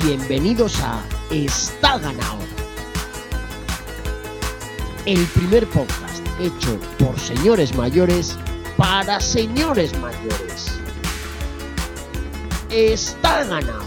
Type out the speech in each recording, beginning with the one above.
Bienvenidos a Está Ganado, el primer podcast hecho por señores mayores para señores mayores. Está ganado.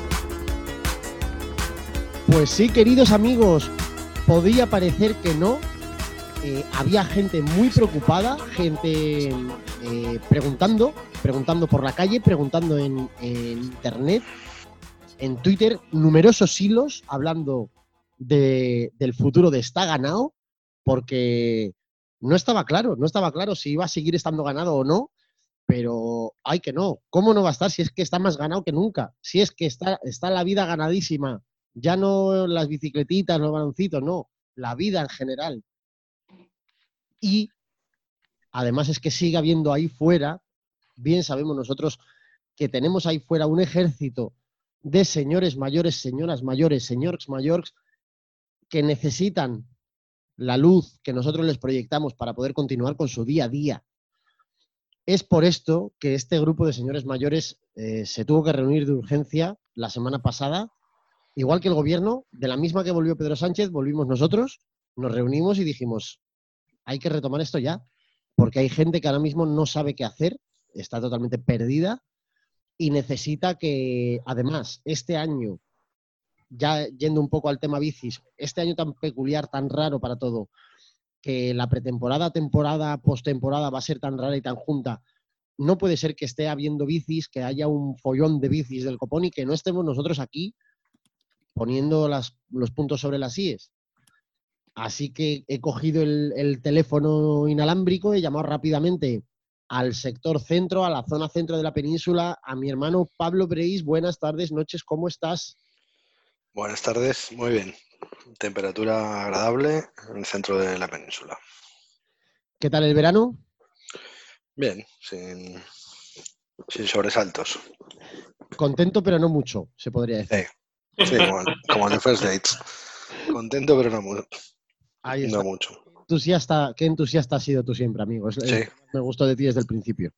Pues sí, queridos amigos, podía parecer que no. Había gente muy preocupada, gente preguntando por la calle, preguntando en internet, en Twitter, numerosos hilos hablando del futuro de Está Ganado, porque no estaba claro si iba a seguir estando ganado o no, pero ¡ay que no! ¿Cómo no va a estar si es que está más ganado que nunca? Si es que está la vida ganadísima, ya no las bicicletitas, los baloncitos, no, la vida en general. Y además es que sigue habiendo ahí fuera, bien sabemos nosotros que tenemos ahí fuera un ejército de señores mayores, señoras mayores, señores mayores que necesitan la luz que nosotros les proyectamos para poder continuar con su día a día. Es por esto que este grupo de señores mayores se tuvo que reunir de urgencia la semana pasada, igual que el gobierno, de la misma que volvió Pedro Sánchez, volvimos nosotros, nos reunimos y dijimos, hay que retomar esto ya, porque hay gente que ahora mismo no sabe qué hacer, está totalmente perdida y necesita que, además, este año, ya yendo un poco al tema bicis, este año tan peculiar, tan raro para todo, que la pretemporada, temporada, postemporada va a ser tan rara y tan junta, no puede ser que esté habiendo bicis, que haya un follón de bicis del copón y que no estemos nosotros aquí poniendo los puntos sobre las íes. Así que he cogido el teléfono inalámbrico, he llamado rápidamente al sector centro, a la zona centro de la península, a mi hermano Pablo Breis. Buenas tardes, noches, ¿cómo estás? Buenas tardes, muy bien. Temperatura agradable en el centro de la península. ¿Qué tal el verano? Bien, sin sobresaltos. Contento, pero no mucho, se podría decir. Sí, como de First Dates. Contento, pero no mucho. Ahí está. No mucho. Qué entusiasta has sido tú siempre, amigo. Sí. Me gustó de ti desde el principio.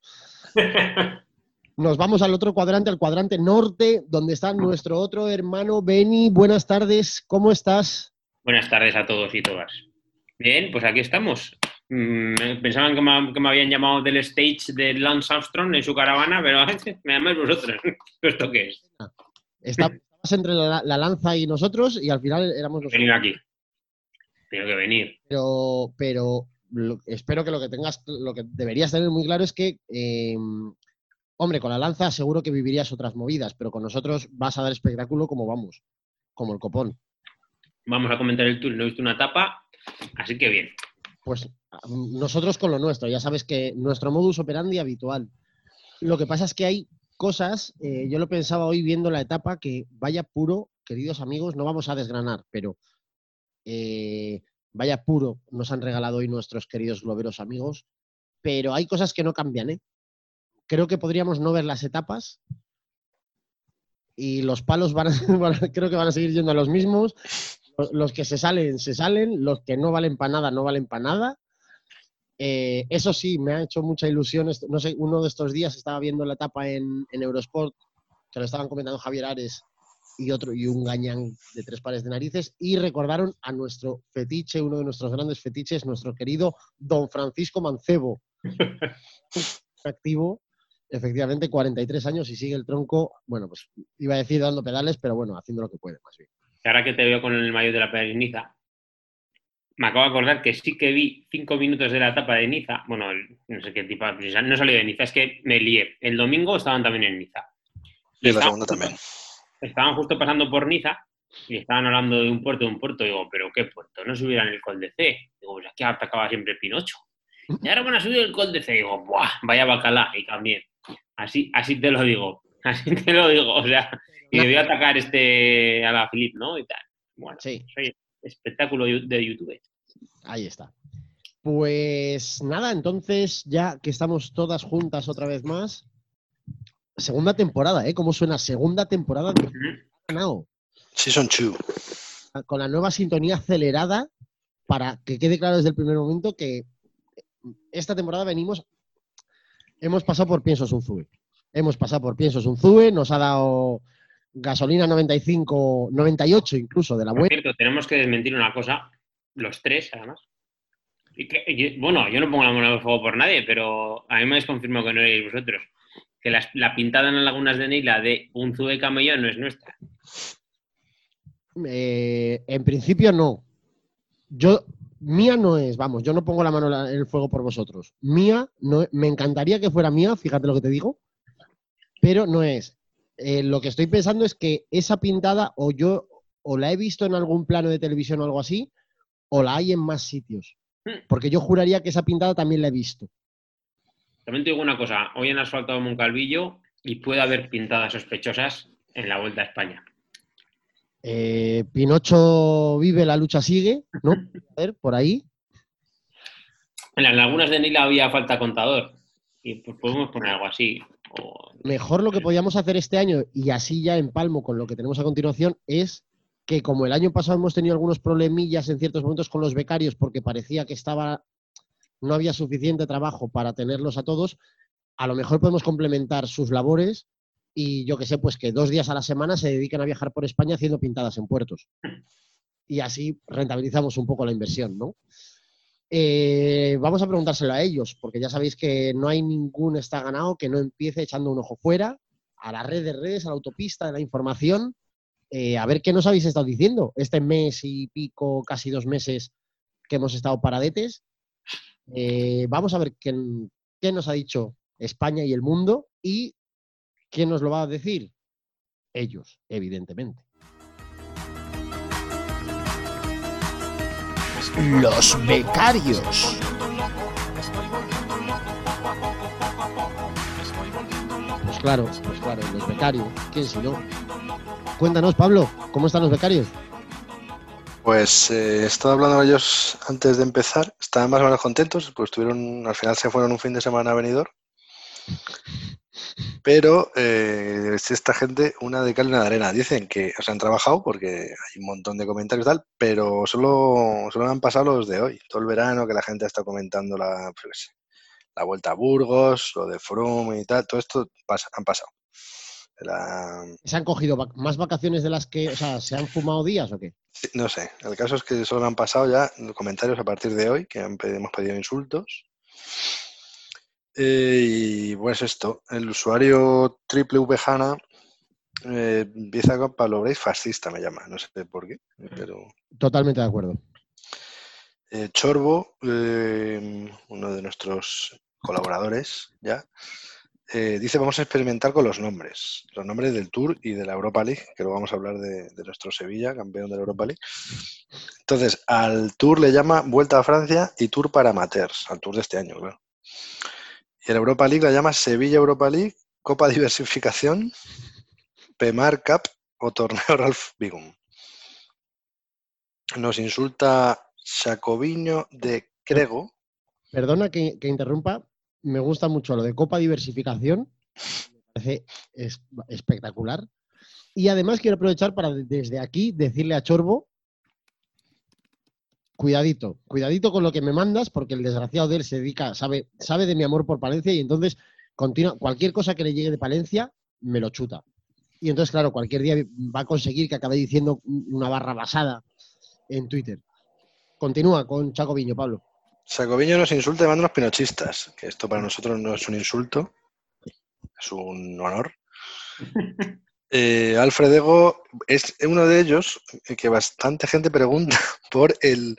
Nos vamos al otro cuadrante, al cuadrante norte, donde está nuestro otro hermano Beni. Buenas tardes, ¿cómo estás? Buenas tardes a todos y todas. Bien, pues aquí estamos. Pensaban que me habían llamado del stage de Lance Armstrong en su caravana, pero me llamáis vosotros. ¿Esto qué es? Estabas entre la lanza y nosotros y al final éramos nosotros. Venir aquí. Tengo que venir. Pero espero que lo que deberías tener muy claro es que, hombre, con la lanza seguro que vivirías otras movidas, pero con nosotros vas a dar espectáculo como vamos, como el copón. Vamos a comentar el tour, no he visto una etapa, así que bien. Pues nosotros con lo nuestro, ya sabes que nuestro modus operandi habitual. Lo que pasa es que hay cosas, yo lo pensaba hoy viendo la etapa, que vaya puro, queridos amigos, no vamos a desgranar, pero vaya puro nos han regalado hoy nuestros queridos globeros amigos, pero hay cosas que no cambian, ¿eh? Creo que podríamos no ver las etapas y los palos creo que van a seguir yendo a los mismos. Los que se salen, los que no valen para nada, no valen para nada. Eso sí, me ha hecho mucha ilusión. No sé, uno de estos días estaba viendo la etapa en Eurosport, que lo estaban comentando Javier Ares y un gañán de 3 pares de narices, y recordaron a nuestro fetiche, uno de nuestros grandes fetiches, nuestro querido Don Francisco Mancebo. Activo, efectivamente, 43 años y sigue el tronco, bueno, pues iba a decir dando pedales, pero bueno, haciendo lo que puede, más bien. Ahora que te veo con el maillot de la Pedra de Niza, me acabo de acordar que sí que vi 5 minutos de la etapa de Niza. Bueno, no sé qué tipo, no salió de Niza, es que me lié. El domingo estaban también en Niza. Y la segunda también. Estaban justo pasando por Niza y estaban hablando de un puerto. Digo, ¿pero qué puerto? ¿No subirán el Col de C? Digo, pues aquí atacaba siempre Pinocho. Y ahora van a subir el Col de C. Digo, ¡buah! Vaya bacalá. Y también. Así te lo digo. Así te lo digo. O sea, y debió atacar a la Philippe, ¿no? Y tal. Bueno, sí. Soy espectáculo de YouTube. Ahí está. Pues nada, entonces, ya que estamos todas juntas otra vez más, segunda temporada, ¿eh? ¿Cómo suena? Segunda temporada de Ganado. Season 2. Con la nueva sintonía acelerada, para que quede claro desde el primer momento que esta temporada hemos pasado por Piensos Unzue. Nos ha dado gasolina 95, 98 incluso de la Por buena. cierto, tenemos que desmentir una cosa, los tres además. Bueno, yo no pongo la mano en el fuego por nadie, pero a mí me habéis confirmado que no erais vosotros. Que la pintada en las lagunas de Neila de Unzu de Camellón no es nuestra. En principio no. Mía no es, vamos, yo no pongo la mano en el fuego por vosotros. Mía, no, me encantaría que fuera mía, fíjate lo que te digo, pero no es. Lo que estoy pensando es que esa pintada o la he visto en algún plano de televisión o algo así, o la hay en más sitios. Porque yo juraría que esa pintada también la he visto. También te digo una cosa, hoy han asfaltado Moncalvillo y puede haber pintadas sospechosas en la Vuelta a España. Pinocho vive, la lucha sigue, ¿no? A ver, por ahí. En las lagunas de Neila había falta contador y pues podemos poner algo así. Mejor lo que podíamos hacer este año, y así ya empalmo con lo que tenemos a continuación, es que como el año pasado hemos tenido algunos problemillas en ciertos momentos con los becarios porque parecía que no había suficiente trabajo para tenerlos a todos, a lo mejor podemos complementar sus labores y yo que sé, pues que 2 días a la semana se dediquen a viajar por España haciendo pintadas en puertos. Y así rentabilizamos un poco la inversión, ¿no? Vamos a preguntárselo a ellos, porque ya sabéis que no hay ningún está ganado que no empiece echando un ojo fuera, a la red de redes, a la autopista de la información, a ver qué nos habéis estado diciendo este mes y pico, casi 2 meses que hemos estado paradetes. Vamos a ver qué nos ha dicho España y el mundo y quién nos lo va a decir. Ellos, evidentemente. Los becarios. Pues claro, los becarios. ¿Quién si no? Cuéntanos, Pablo, ¿cómo están los becarios? Pues he estado hablando con ellos antes de empezar. Estaban más o menos contentos, pues al final se fueron un fin de semana a Benidorm. Pero es esta gente una de cal y una de arena. Dicen que han trabajado porque hay un montón de comentarios y tal, pero solo han pasado los de hoy. Todo el verano que la gente está comentando la vuelta a Burgos, lo de Froome y tal, todo esto han pasado. ¿Se han cogido más vacaciones de las que, o sea, se han fumado días o qué? Sí, no sé, el caso es que solo me han pasado ya comentarios a partir de hoy, que hemos pedido insultos. Y pues esto, el usuario triplevhana empieza con palabras fascista, me llama, no sé por qué, pero... Totalmente de acuerdo. Chorbo, uno de nuestros colaboradores ya, dice vamos a experimentar con los nombres del Tour y de la Europa League, que luego vamos a hablar de nuestro Sevilla, campeón de la Europa League. Entonces, al Tour le llama Vuelta a Francia y Tour para amateurs, al Tour de este año, claro. Y a la Europa League la llama Sevilla Europa League, Copa Diversificación, PEMAR Cup o Torneo Ralph Bigum. Nos insulta Jacobinho de Crego. Perdona que interrumpa, me gusta mucho lo de Copa Diversificación, me parece espectacular. Y además quiero aprovechar para desde aquí decirle a Chorbo, cuidadito con lo que me mandas, porque el desgraciado de él se dedica, sabe de mi amor por Palencia y entonces cualquier cosa que le llegue de Palencia me lo chuta. Y entonces, claro, cualquier día va a conseguir que acabe diciendo una barra basada en Twitter. Continúa con Chacoviño, Pablo. Chacoviño nos insulta llamando a los pinochistas, que esto para nosotros no es un insulto, es un honor. Alfred Ego es uno de ellos que bastante gente pregunta por el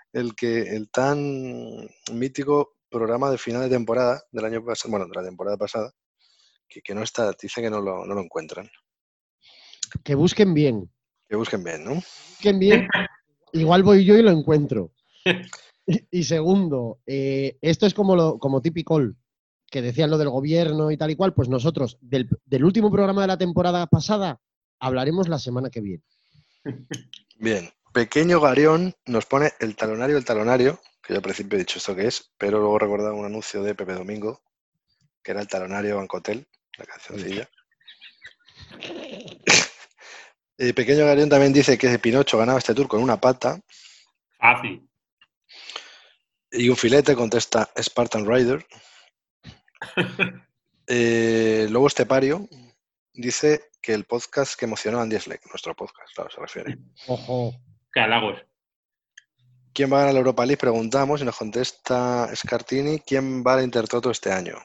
tan mítico programa de final de temporada del año pasado, bueno, de la temporada pasada, que no está, dice que no lo encuentran. Que busquen bien. Que busquen bien, ¿no? Busquen bien, igual voy yo y lo encuentro. Y segundo, esto es como típico que decían lo del gobierno y tal y cual, pues nosotros del último programa de la temporada pasada hablaremos la semana que viene. Bien, Pequeño Garión nos pone el talonario, que yo al principio he dicho esto que es, pero luego he recordado un anuncio de Pepe Domingo, que era el talonario Bancotel, la cancioncilla. Pequeño Garión también dice que Pinocho ganaba este Tour con una pata. Fácil. Y un filete, contesta Spartan Rider. Lobo Estepario dice que el podcast que emocionó a Andy Schleck, nuestro podcast, claro, se refiere. Ojo. Qué halagos. ¿Quién va a ganar la Europa League? Preguntamos y nos contesta Scartini, ¿quién va a la Intertoto este año?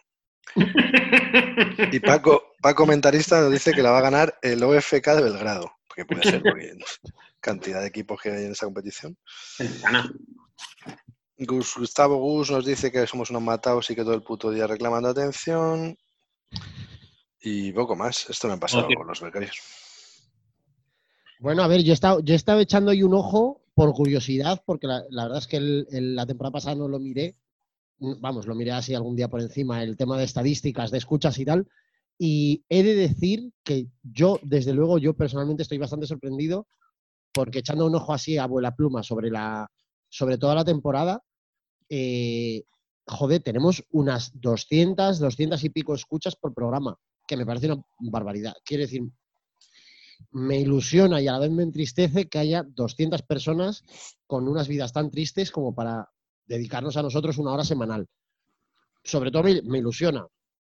Y Paco, comentarista, nos dice que la va a ganar el OFK de Belgrado, porque puede ser, porque cantidad de equipos que hay en esa competición. Gana. Gustavo Gus nos dice que somos unos matados y que todo el puto día reclamando atención. Y poco más. Esto me ha pasado con los becarios. Bueno, a ver, yo he estado echando ahí un ojo por curiosidad, porque la verdad es que la temporada pasada no lo miré. Vamos, lo miré así algún día por encima, el tema de estadísticas, de escuchas y tal. Y he de decir que yo, desde luego, yo personalmente estoy bastante sorprendido porque echando un ojo así a vuela pluma sobre toda la temporada, joder, tenemos unas 200 y pico escuchas por programa, que me parece una barbaridad. Quiero decir, me ilusiona y a la vez me entristece que haya 200 personas con unas vidas tan tristes como para dedicarnos a nosotros una hora semanal. Sobre todo me ilusiona.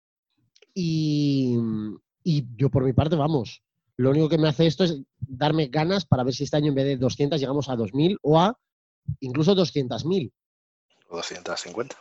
Y yo por mi parte, vamos, lo único que me hace esto es darme ganas para ver si este año en vez de 200 llegamos a 2.000 o a incluso 200.000. O 250.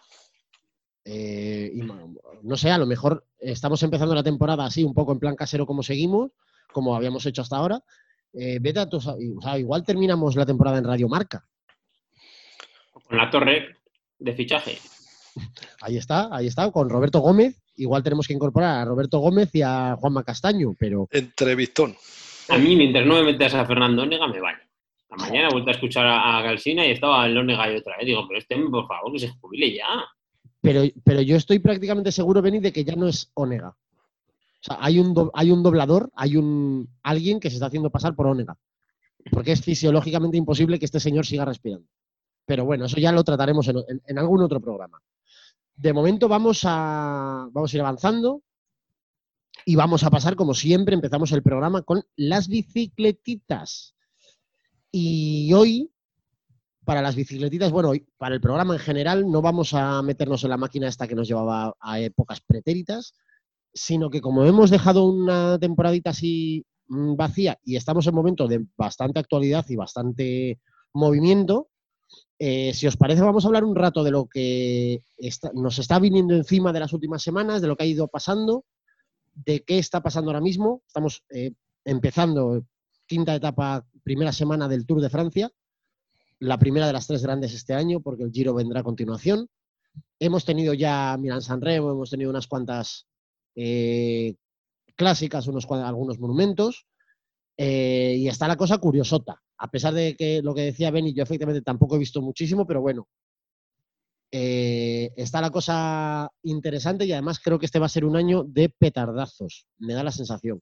No sé, a lo mejor estamos empezando la temporada así, un poco en plan casero como seguimos, como habíamos hecho hasta ahora. Vete a o sea, igual terminamos la temporada en Radio Marca. Con la torre de fichaje. Ahí está, con Roberto Gómez. Igual tenemos que incorporar a Roberto Gómez y a Juanma Castaño, pero... Entrevistón. A mí, mientras no me metas a Fernando Onega, me vale. La mañana he vuelto a escuchar a Galsina y estaba el Onega y otra vez. Digo, pero por favor, que se jubile ya. Pero yo estoy prácticamente seguro, Beni, de que ya no es Onega. O sea, hay un doblador, hay alguien que se está haciendo pasar por Onega. Porque es fisiológicamente imposible que este señor siga respirando. Pero bueno, eso ya lo trataremos en algún otro programa. De momento vamos a ir avanzando y vamos a pasar, como siempre, empezamos el programa con las bicicletitas. Y hoy, para las bicicletitas, bueno, hoy, para el programa en general, no vamos a meternos en la máquina esta que nos llevaba a épocas pretéritas, sino que como hemos dejado una temporadita así vacía y estamos en momento de bastante actualidad y bastante movimiento, si os parece, vamos a hablar un rato de lo que nos está viniendo encima de las últimas semanas, de lo que ha ido pasando, de qué está pasando ahora mismo. Estamos empezando quinta etapa, primera semana del Tour de Francia, la primera de las 3 grandes este año, porque el Giro vendrá a continuación. Hemos tenido ya Milán-San Remo, hemos tenido unas cuantas clásicas, algunos monumentos, y está la cosa curiosota. A pesar de que lo que decía Beni, yo efectivamente tampoco he visto muchísimo, pero bueno, está la cosa interesante y además creo que este va a ser un año de petardazos, me da la sensación.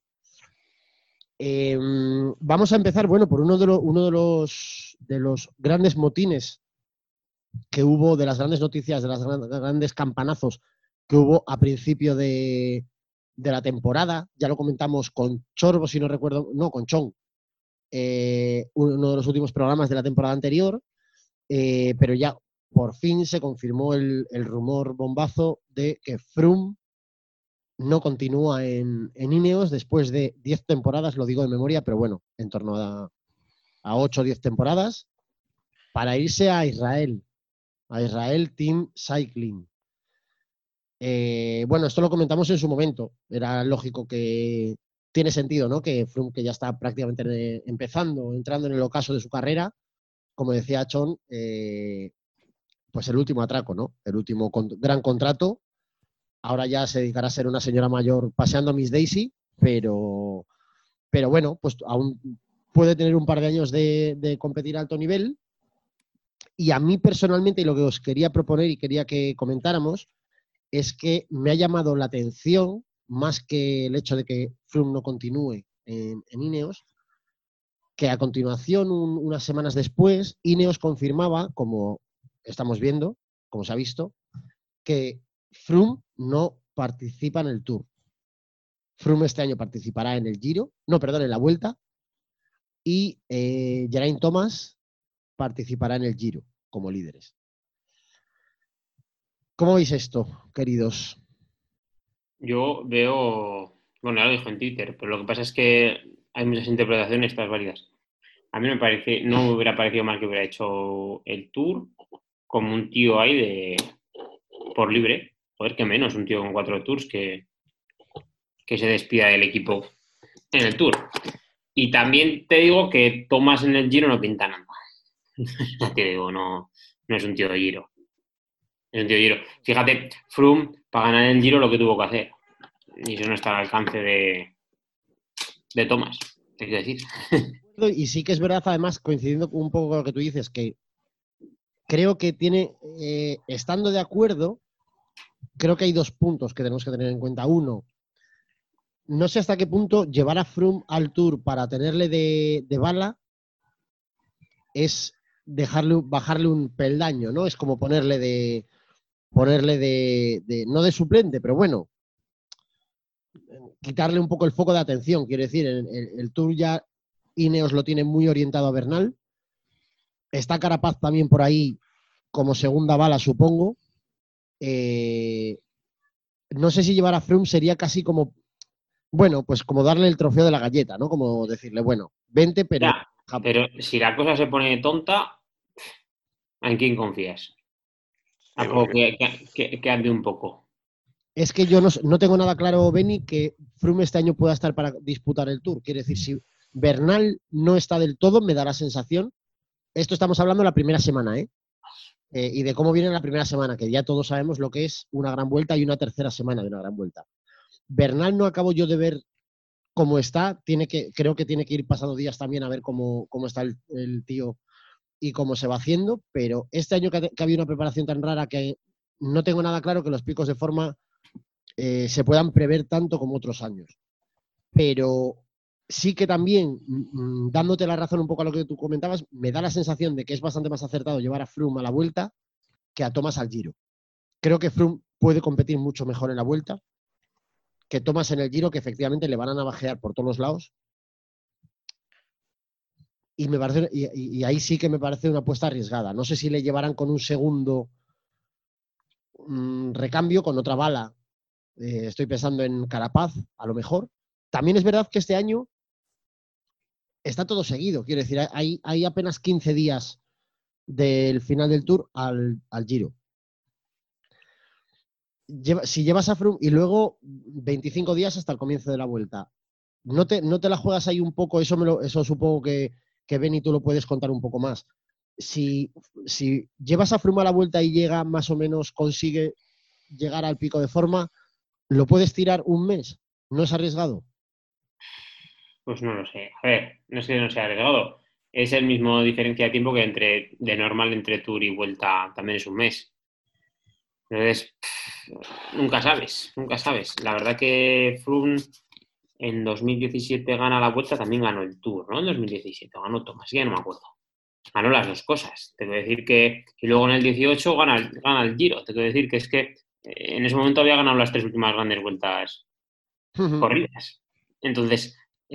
Vamos a empezar, bueno, por uno de los grandes motines que hubo, de las grandes noticias, de los grandes campanazos que hubo a principio de la temporada. Ya lo comentamos con Chorbo, si no recuerdo, no, con Chong, uno de los últimos programas de la temporada anterior, pero ya por fin se confirmó el rumor bombazo de que Froome no continúa en Ineos después de 10 temporadas, lo digo de memoria, pero bueno, en torno a 8 o 10 temporadas, para irse a Israel Team Cycling. Bueno, esto lo comentamos en su momento. Era lógico que tiene sentido, ¿no? Que Froome, que ya está prácticamente entrando en el ocaso de su carrera, como decía Chon, pues el último atraco, ¿no? El último gran contrato. Ahora ya se dedicará a ser una señora mayor paseando a Miss Daisy, pero bueno, pues aún puede tener un par de años de competir a alto nivel. Y a mí personalmente, y lo que os quería proponer y quería que comentáramos, es que me ha llamado la atención, más que el hecho de que Froome no continúe en Ineos, que a continuación, unas semanas después, Ineos confirmaba, como estamos viendo, como se ha visto, que Froome no participa en el Tour. Froome este año participará en el Giro, en la Vuelta, y Geraint Thomas participará en el Giro como líderes. ¿Cómo veis esto, queridos? Yo veo Bueno, ya lo dijo en Twitter, pero lo que pasa es que hay muchas interpretaciones, estas varias. A mí no me hubiera parecido mal que hubiera hecho el Tour como un tío ahí por libre. Joder, que menos un tío con 4 tours que se despida del equipo en el Tour. Y también te digo que Thomas en el Giro no pinta nada. Ya te digo, no es un tío de Giro. Es un tío de Giro. Fíjate, Froome, para ganar el Giro, lo que tuvo que hacer. Y eso no está al alcance de Thomas, te quiero decir. Y sí que es verdad, además, coincidiendo un poco con lo que tú dices, que creo que tiene, estando de acuerdo, creo que hay 2 puntos que tenemos que tener en cuenta. Uno, no sé hasta qué punto llevar a Froome al Tour para tenerle de bala es bajarle un peldaño, ¿no? Es como ponerle no de suplente, pero bueno, quitarle un poco el foco de atención. Quiero decir, el Tour ya Ineos lo tiene muy orientado a Bernal. Está Carapaz también por ahí como segunda bala, supongo. No sé si llevar a Froome sería casi como, bueno, pues como darle el trofeo de la galleta, ¿no? Como decirle, bueno, vente, pero... Ya, pero si la cosa se pone tonta, ¿en quién confías? Sí, A poco porque que ande un poco. Es que yo no tengo nada claro, Beni, que Froome este año pueda estar para disputar el Tour. Quiere decir, si Bernal no está del todo, me da la sensación. Esto estamos hablando de la primera semana, ¿eh? Y de cómo viene la primera semana, que ya todos sabemos lo que es una gran vuelta y una tercera semana de una gran vuelta. Bernal no acabo yo de ver cómo está. Creo que tiene que ir pasando días también a ver cómo está el tío y cómo se va haciendo. Pero este año que ha habido una preparación tan rara que no tengo nada claro que los picos de forma se puedan prever tanto como otros años. Pero sí que también, dándote la razón un poco a lo que tú comentabas, me da la sensación de que es bastante más acertado llevar a Froome a la Vuelta que a Thomas al Giro. Creo que Froome puede competir mucho mejor en la Vuelta que Thomas en el Giro, que efectivamente le van a navajear por todos los lados. Y ahí sí que me parece una apuesta arriesgada. No sé si le llevarán con un segundo recambio, con otra bala. Estoy pensando en Carapaz, a lo mejor. También es verdad que este año está todo seguido. Quiero decir, hay apenas 15 días del final del Tour al Giro. Si llevas a Froome y luego 25 días hasta el comienzo de la Vuelta, ¿no te la juegas ahí un poco? Eso supongo que Beni tú lo puedes contar un poco más. Si llevas a Froome a la Vuelta y llega más o menos, consigue llegar al pico de forma, ¿lo puedes tirar un mes? ¿No es arriesgado? Pues no lo sé. A ver, no es que no sea arriesgado. Es el mismo diferencia de tiempo que de normal entre Tour y Vuelta también es un mes. Entonces, nunca sabes, nunca sabes. La verdad que Froome en 2017 gana la Vuelta, también ganó el Tour, ¿no? En 2017 ganó Thomas, ya no me acuerdo. Ganó las dos cosas. Te quiero decir que... Y luego en el 18 gana el Giro. Te quiero decir que es que en ese momento había ganado las 3 últimas grandes vueltas corridas. Entonces,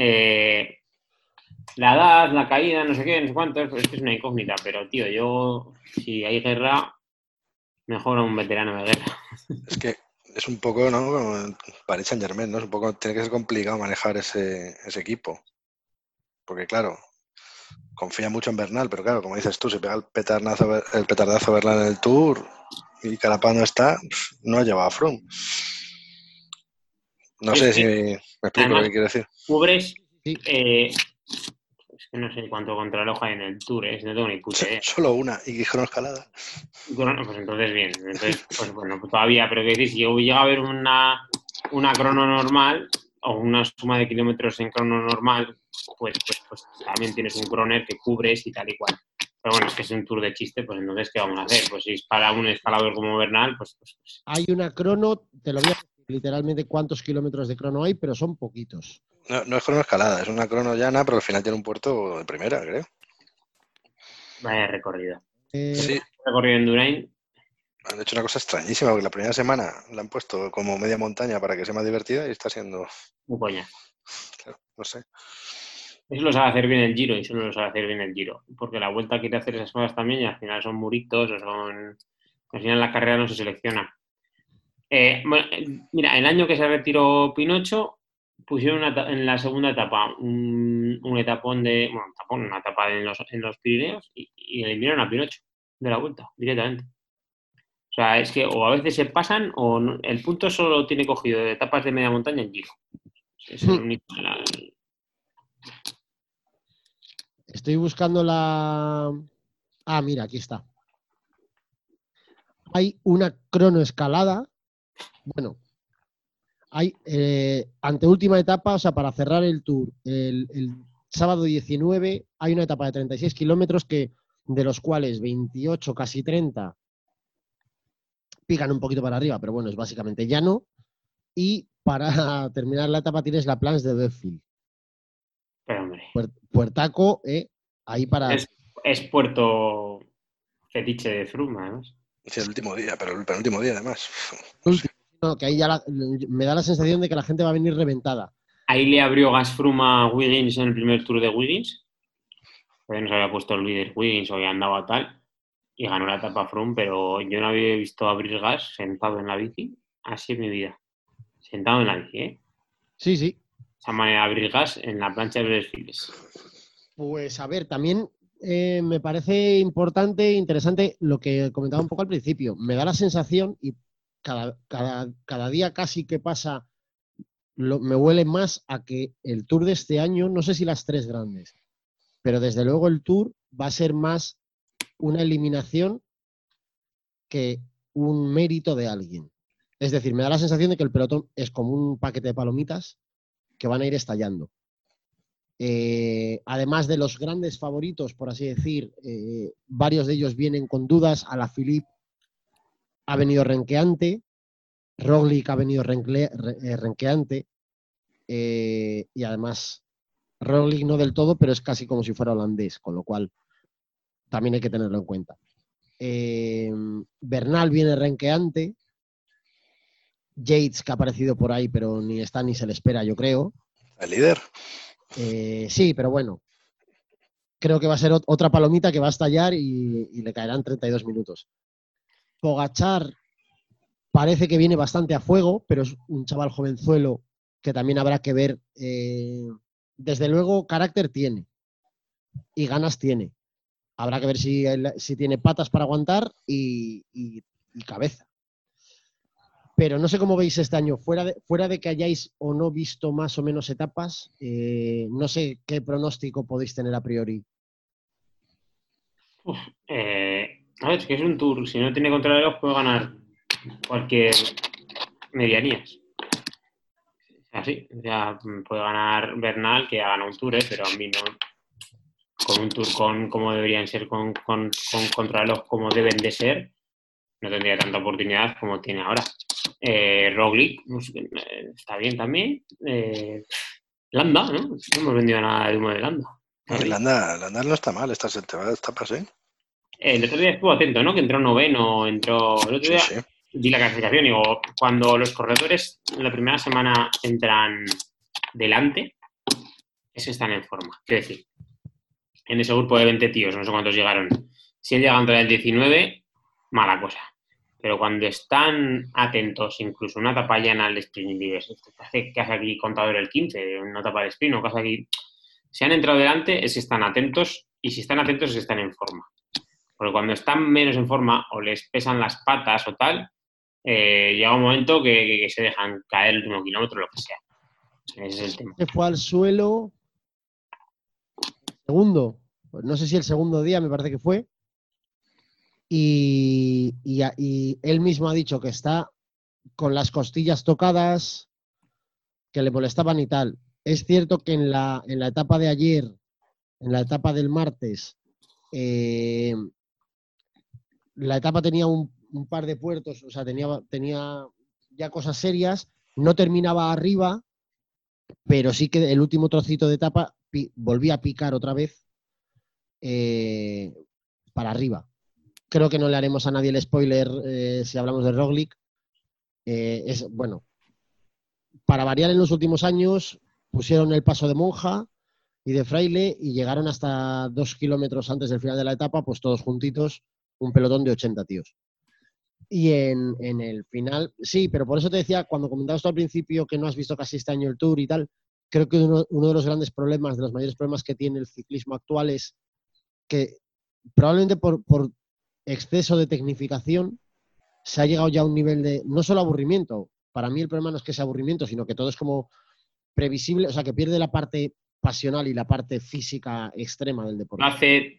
la edad, la caída, no sé qué, no sé cuánto, pues es que es una incógnita. Pero, tío, si hay guerra, mejor a un veterano de guerra. es que es un poco, ¿no? Como Paris Saint-Germain, ¿no? Es un poco, tiene que ser complicado manejar ese equipo. Porque, claro, confía mucho en Bernal, pero claro, como dices tú, si pega el petardazo Bernal en el Tour y Carapaz no está, no ha llevado a Froome. No sé si me explico lo Además, que quiero decir. cubres... Sí. Es que no sé cuánto contrarreloj hay en el Tour, no tengo ni puta idea. Solo una, y Gijón Escalada. Bueno, pues entonces bien. Entonces, pues bueno, pues todavía, pero que decir, si yo llega a ver una crono normal o una suma de kilómetros en crono normal, pues también tienes un croner que cubres y tal y cual. Pero bueno, es que es un tour de chiste, pues entonces, ¿qué vamos a hacer? Pues si es para un escalador como Bernal, pues. Hay una crono, te lo voy a decir literalmente cuántos kilómetros de crono hay, pero son poquitos. No es crono escalada, es una crono llana, pero al final tiene un puerto de primera, creo. Vaya recorrido. Sí, Recorrido en Durain. han hecho una cosa extrañísima, porque la primera semana la han puesto como media montaña para que sea más divertida y está siendo, Muy coña. claro, no sé. Eso lo sabe hacer bien el Giro y eso no lo sabe hacer bien el Giro. Porque la Vuelta quiere hacer esas cosas también y al final son muritos o son... Al final la carrera no se selecciona. Bueno, mira, el año que se retiró Pinocho, pusieron en la segunda etapa un etapón una etapa en los Pirineos y eliminaron a Pinocho de la vuelta directamente. O sea, es que o a veces se pasan o no, el punto solo tiene cogido de etapas de media montaña en Giro. Es el único. Estoy buscando la... Ah, mira, aquí está. Hay una cronoescalada. Bueno, hay anteúltima etapa, o sea, para cerrar el Tour, el sábado 19 hay una etapa de 36 kilómetros de los cuales 28, casi 30 pican un poquito para arriba, pero bueno, es básicamente llano. Y para terminar la etapa tienes la Plans de Belleville. Pero hombre. Puertaco, ahí para... Es puerto fetiche de Froome, además. Es el último día, pero el penúltimo día además. No, que ahí ya me da la sensación de que la gente va a venir reventada. Ahí le abrió gas Froome a Wiggins en el primer Tour de Wiggins. Todavía no se había puesto el líder Wiggins o había andado a tal. Y ganó la etapa Froome, pero yo no había visto abrir gas sentado en la bici así en mi vida. Sentado en la bici, ¿eh? Sí, sí. Esa manera de abrir gas en la plancha de desfiles. Pues a ver, también me parece importante, interesante lo que comentaba un poco al principio. Me da la sensación, y cada día casi que pasa, me huele más a que el Tour de este año, no sé si las tres grandes, pero desde luego el Tour va a ser más una eliminación que un mérito de alguien. Es decir, me da la sensación de que el pelotón es como un paquete de palomitas que van a ir estallando. Además de los grandes favoritos, por así decir, varios de ellos vienen con dudas. Alaphilippe ha venido renqueante, Roglic ha venido renqueante, y además Roglic no del todo, pero es casi como si fuera holandés, con lo cual también hay que tenerlo en cuenta. Bernal viene renqueante, Yates, que ha aparecido por ahí, pero ni está ni se le espera, yo creo. ¿El líder? Sí, pero bueno, creo que va a ser otra palomita que va a estallar y le caerán 32 minutos. Pogačar parece que viene bastante a fuego, pero es un chaval jovenzuelo que también habrá que ver. Desde luego, carácter tiene y ganas tiene. Habrá que ver si tiene patas para aguantar y cabeza. Pero no sé cómo veis este año, fuera de que hayáis o no visto más o menos etapas, no sé qué pronóstico podéis tener a priori. A ver, es que es un Tour, si no tiene contrarreloj puede ganar cualquier medianías. Así, ya puede ganar Bernal, que ha ganado un Tour, pero a mí no. Con un Tour como deberían ser, con contrarreloj como deben de ser, no tendría tanta oportunidad como tiene ahora. Roglic, pues, está bien también. Landa, ¿no? No hemos vendido nada de humo de Landa. Landa no está mal estas etapas, ¿eh? El otro día estuvo atento, ¿no? Que entró noveno, el otro día Sí. di la clasificación. Digo, cuando los corredores en la primera semana entran delante, es que están en forma. Quiero decir, en ese grupo de 20 tíos, no sé cuántos llegaron. Si han llegado entre el 19, mala cosa. Pero cuando están atentos, incluso una etapa llana al sprint, que hace aquí contador el 15, una etapa de sprint o que hace aquí... Si han entrado delante, es que están atentos, y si están atentos es que están en forma. Porque cuando están menos en forma o les pesan las patas o tal, llega un momento que se dejan caer el último kilómetro, lo que sea. Ese es el tema. Se fue al suelo segundo, no sé si el segundo día me parece que fue, y él mismo ha dicho que está con las costillas tocadas, que le molestaban y tal. Es cierto que en la etapa de ayer, en la etapa del martes, la etapa tenía un par de puertos, o sea, tenía ya cosas serias, no terminaba arriba, pero sí que el último trocito de etapa volvía a picar otra vez para arriba. Creo que no le haremos a nadie el spoiler si hablamos de Roglic. Bueno, para variar, en los últimos años pusieron el paso de monja y de fraile y llegaron hasta 2 kilómetros antes del final de la etapa, pues todos juntitos, un pelotón de 80 tíos. Y en el final, sí, pero por eso te decía, cuando comentabas tú al principio que no has visto casi este año el Tour y tal, creo que uno de los grandes problemas, de los mayores problemas que tiene el ciclismo actual es que probablemente por exceso de tecnificación se ha llegado ya a un nivel de, no solo aburrimiento, para mí el problema no es que sea aburrimiento, sino que todo es como previsible, o sea, que pierde la parte pasional y la parte física extrema del deporte. Hace,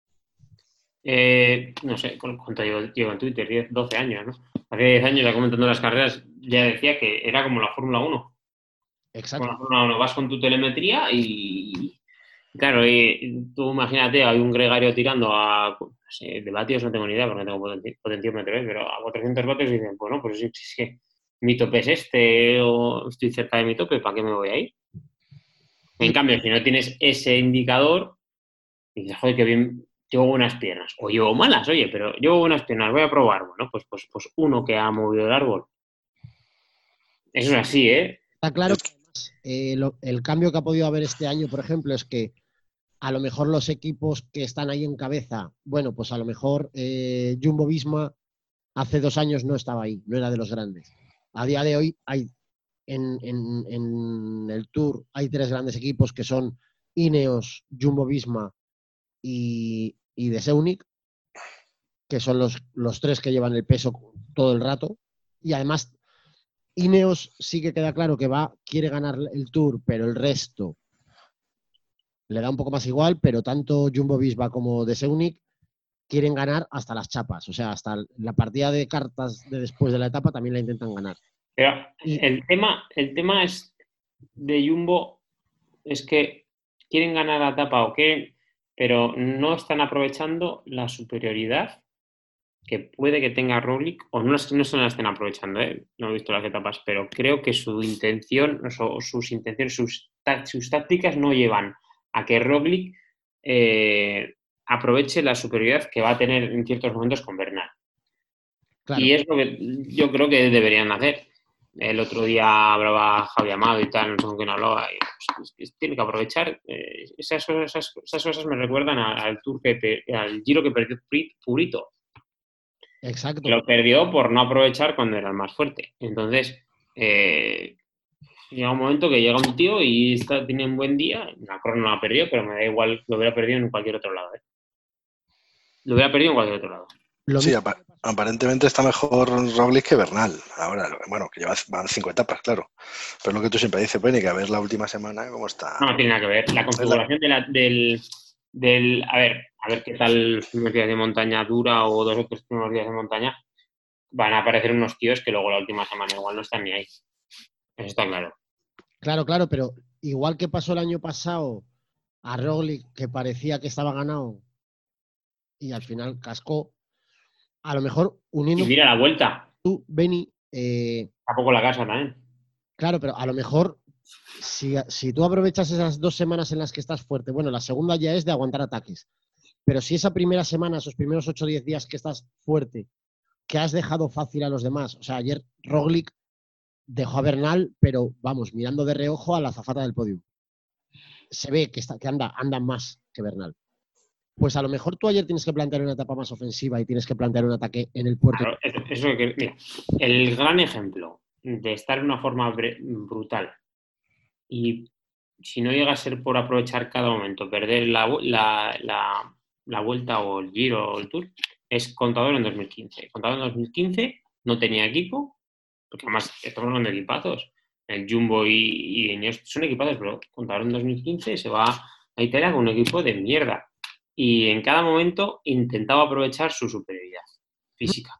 no sé, ¿cuánto llevo en Twitter? 10, 12 años, ¿no? Hace 10 años, ya comentando las carreras, ya decía que era como la Fórmula 1. Exacto. Con la Fórmula 1 vas con tu telemetría y claro, tú imagínate, hay un gregario tirando a, no sé, de vatios no tengo ni idea porque no tengo potenciómetro, pero a 400 vatios y dicen, bueno, pues es que mi tope es este o estoy cerca de mi tope, ¿para qué me voy a ir? En cambio, si no tienes ese indicador, dices, joder, qué bien, llevo buenas piernas. O llevo malas, oye, pero llevo buenas piernas, voy a probar. Bueno, pues uno que ha movido el árbol. Eso es así, ¿eh? Está claro que además, el cambio que ha podido haber este año, por ejemplo, es que a lo mejor los equipos que están ahí en cabeza, bueno, pues a lo mejor Jumbo-Visma hace 2 años no estaba ahí, no era de los grandes. A día de hoy hay en el Tour hay 3 grandes equipos que son Ineos, Jumbo-Visma y De Seunik, que son los 3 que llevan el peso todo el rato. Y además, Ineos sí que queda claro que quiere ganar el Tour, pero el resto le da un poco más igual, pero tanto Jumbo-Visma como De Seunik quieren ganar hasta las chapas. O sea, hasta la partida de cartas de después de la etapa también la intentan ganar. Pero el tema es de Jumbo es que quieren ganar la etapa o qué, pero no están aprovechando la superioridad que puede que tenga Roglic, o no se la estén aprovechando, no he visto las etapas, pero creo que su intención, o sus intenciones, sus tácticas no llevan a que Roglic aproveche la superioridad que va a tener en ciertos momentos con Bernal. Claro. Y es lo que yo creo que deberían hacer. El otro día hablaba Javi Amado y tal, no sé con quién hablaba, y pues, tiene que aprovechar. Esas cosas me recuerdan al Tour al Giro que perdió Purito. Exacto. Lo perdió por no aprovechar cuando era el más fuerte. Entonces, llega un momento que llega un tío y tiene un buen día. La Crono no la perdió, pero me da igual, lo hubiera perdido en cualquier otro lado. Lo hubiera perdido en cualquier otro lado. Sí, aparentemente está mejor Roglic que Bernal. Ahora, bueno, que van 5 etapas, claro. Pero lo que tú siempre dices, Penny, que a ver la última semana cómo está. No tiene nada que ver. La configuración del a ver qué tal los primeros días de montaña dura o 2 o 3 primeros días de montaña. Van a aparecer unos tíos que luego la última semana igual no están ni ahí. Eso está claro. Claro, pero igual que pasó el año pasado a Roglic, que parecía que estaba ganado y al final cascó, a lo mejor uniendo... Y mira la vuelta. Tú, Benny... Tampoco la casa también. Claro, pero a lo mejor si tú aprovechas esas 2 semanas en las que estás fuerte, bueno, la segunda ya es de aguantar ataques, pero si esa primera semana, esos primeros 8 o 10 días que estás fuerte, que has dejado fácil a los demás, o sea, ayer Roglic dejó a Bernal, pero vamos, mirando de reojo a la azafata del podio. Se ve que anda más que Bernal. Pues a lo mejor tú ayer tienes que plantear una etapa más ofensiva y tienes que plantear un ataque en el puerto. Claro, mira, el gran ejemplo de estar en una forma brutal y si no llega a ser por aprovechar cada momento, perder la vuelta o el Giro o el Tour, es Contador en 2015. Contador en 2015 no tenía equipo, porque además estamos hablando de equipazos. El Jumbo y Ineos son equipazos, pero Contador en 2015 se va a Italia con un equipo de mierda. Y en cada momento intentaba aprovechar su superioridad física.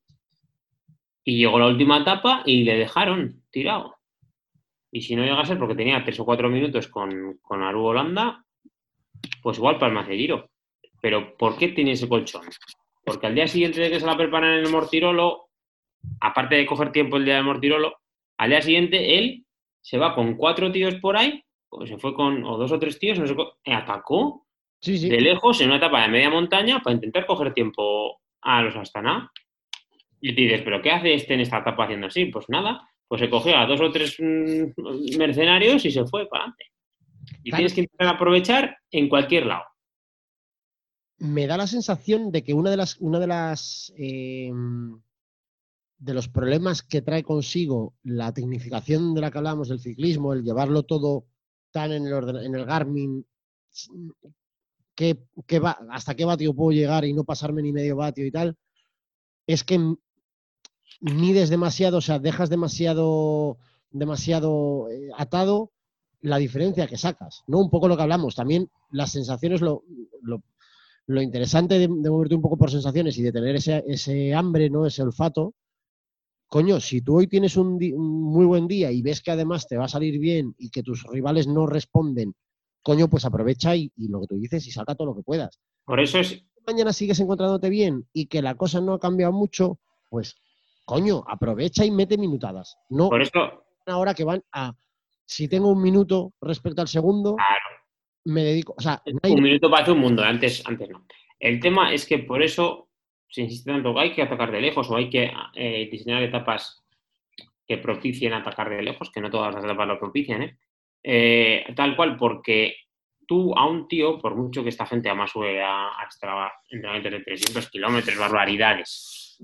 Y llegó la última etapa y le dejaron tirado. Y si no llega a ser porque tenía 3 o 4 minutos con Aru Holanda, pues igual palmas de Giro. Pero ¿por qué tiene ese colchón? Porque al día siguiente de que se la preparan en el Mortirolo, aparte de coger tiempo el día del Mortirolo, al día siguiente él se va con 4 tíos por ahí, pues se fue con o 2 o 3 tíos, no sé, atacó de lejos en una etapa de media montaña para intentar coger tiempo a los Astana. Y te dices, ¿pero qué hace en esta etapa haciendo así? Pues nada, pues se cogió a 2 o 3 mercenarios y se fue para adelante. Y claro, tienes que intentar aprovechar en cualquier lado. Me da la sensación de que una de las de los problemas que trae consigo la tecnificación de la que hablábamos del ciclismo, el llevarlo todo tan en el Garmin, hasta qué vatio puedo llegar y no pasarme ni medio vatio y tal, es que mides demasiado, o sea, dejas demasiado atado la diferencia que sacas, ¿no? Un poco lo que hablamos, también las sensaciones, lo interesante de moverte un poco por sensaciones y de tener ese hambre, ¿no? Ese olfato. Coño, si tú hoy tienes un muy buen día y ves que además te va a salir bien y que tus rivales no responden, coño, pues aprovecha y lo que tú dices y saca todo lo que puedas. Por eso es... Mañana sigues encontrándote bien y que la cosa no ha cambiado mucho, pues, coño, aprovecha y mete minutadas. No Por eso... ahora que van a... Si tengo un minuto respecto al segundo, Claro. me dedico... O sea, Un minuto para hacer un mundo, antes no. El tema es que por eso se insiste tanto que hay que atacar de lejos o hay que diseñar etapas que propicien atacar de lejos, que no todas las etapas lo propician, tal cual, porque tú a un tío, por mucho que esta gente además sube a entrenamientos de 300 kilómetros, barbaridades,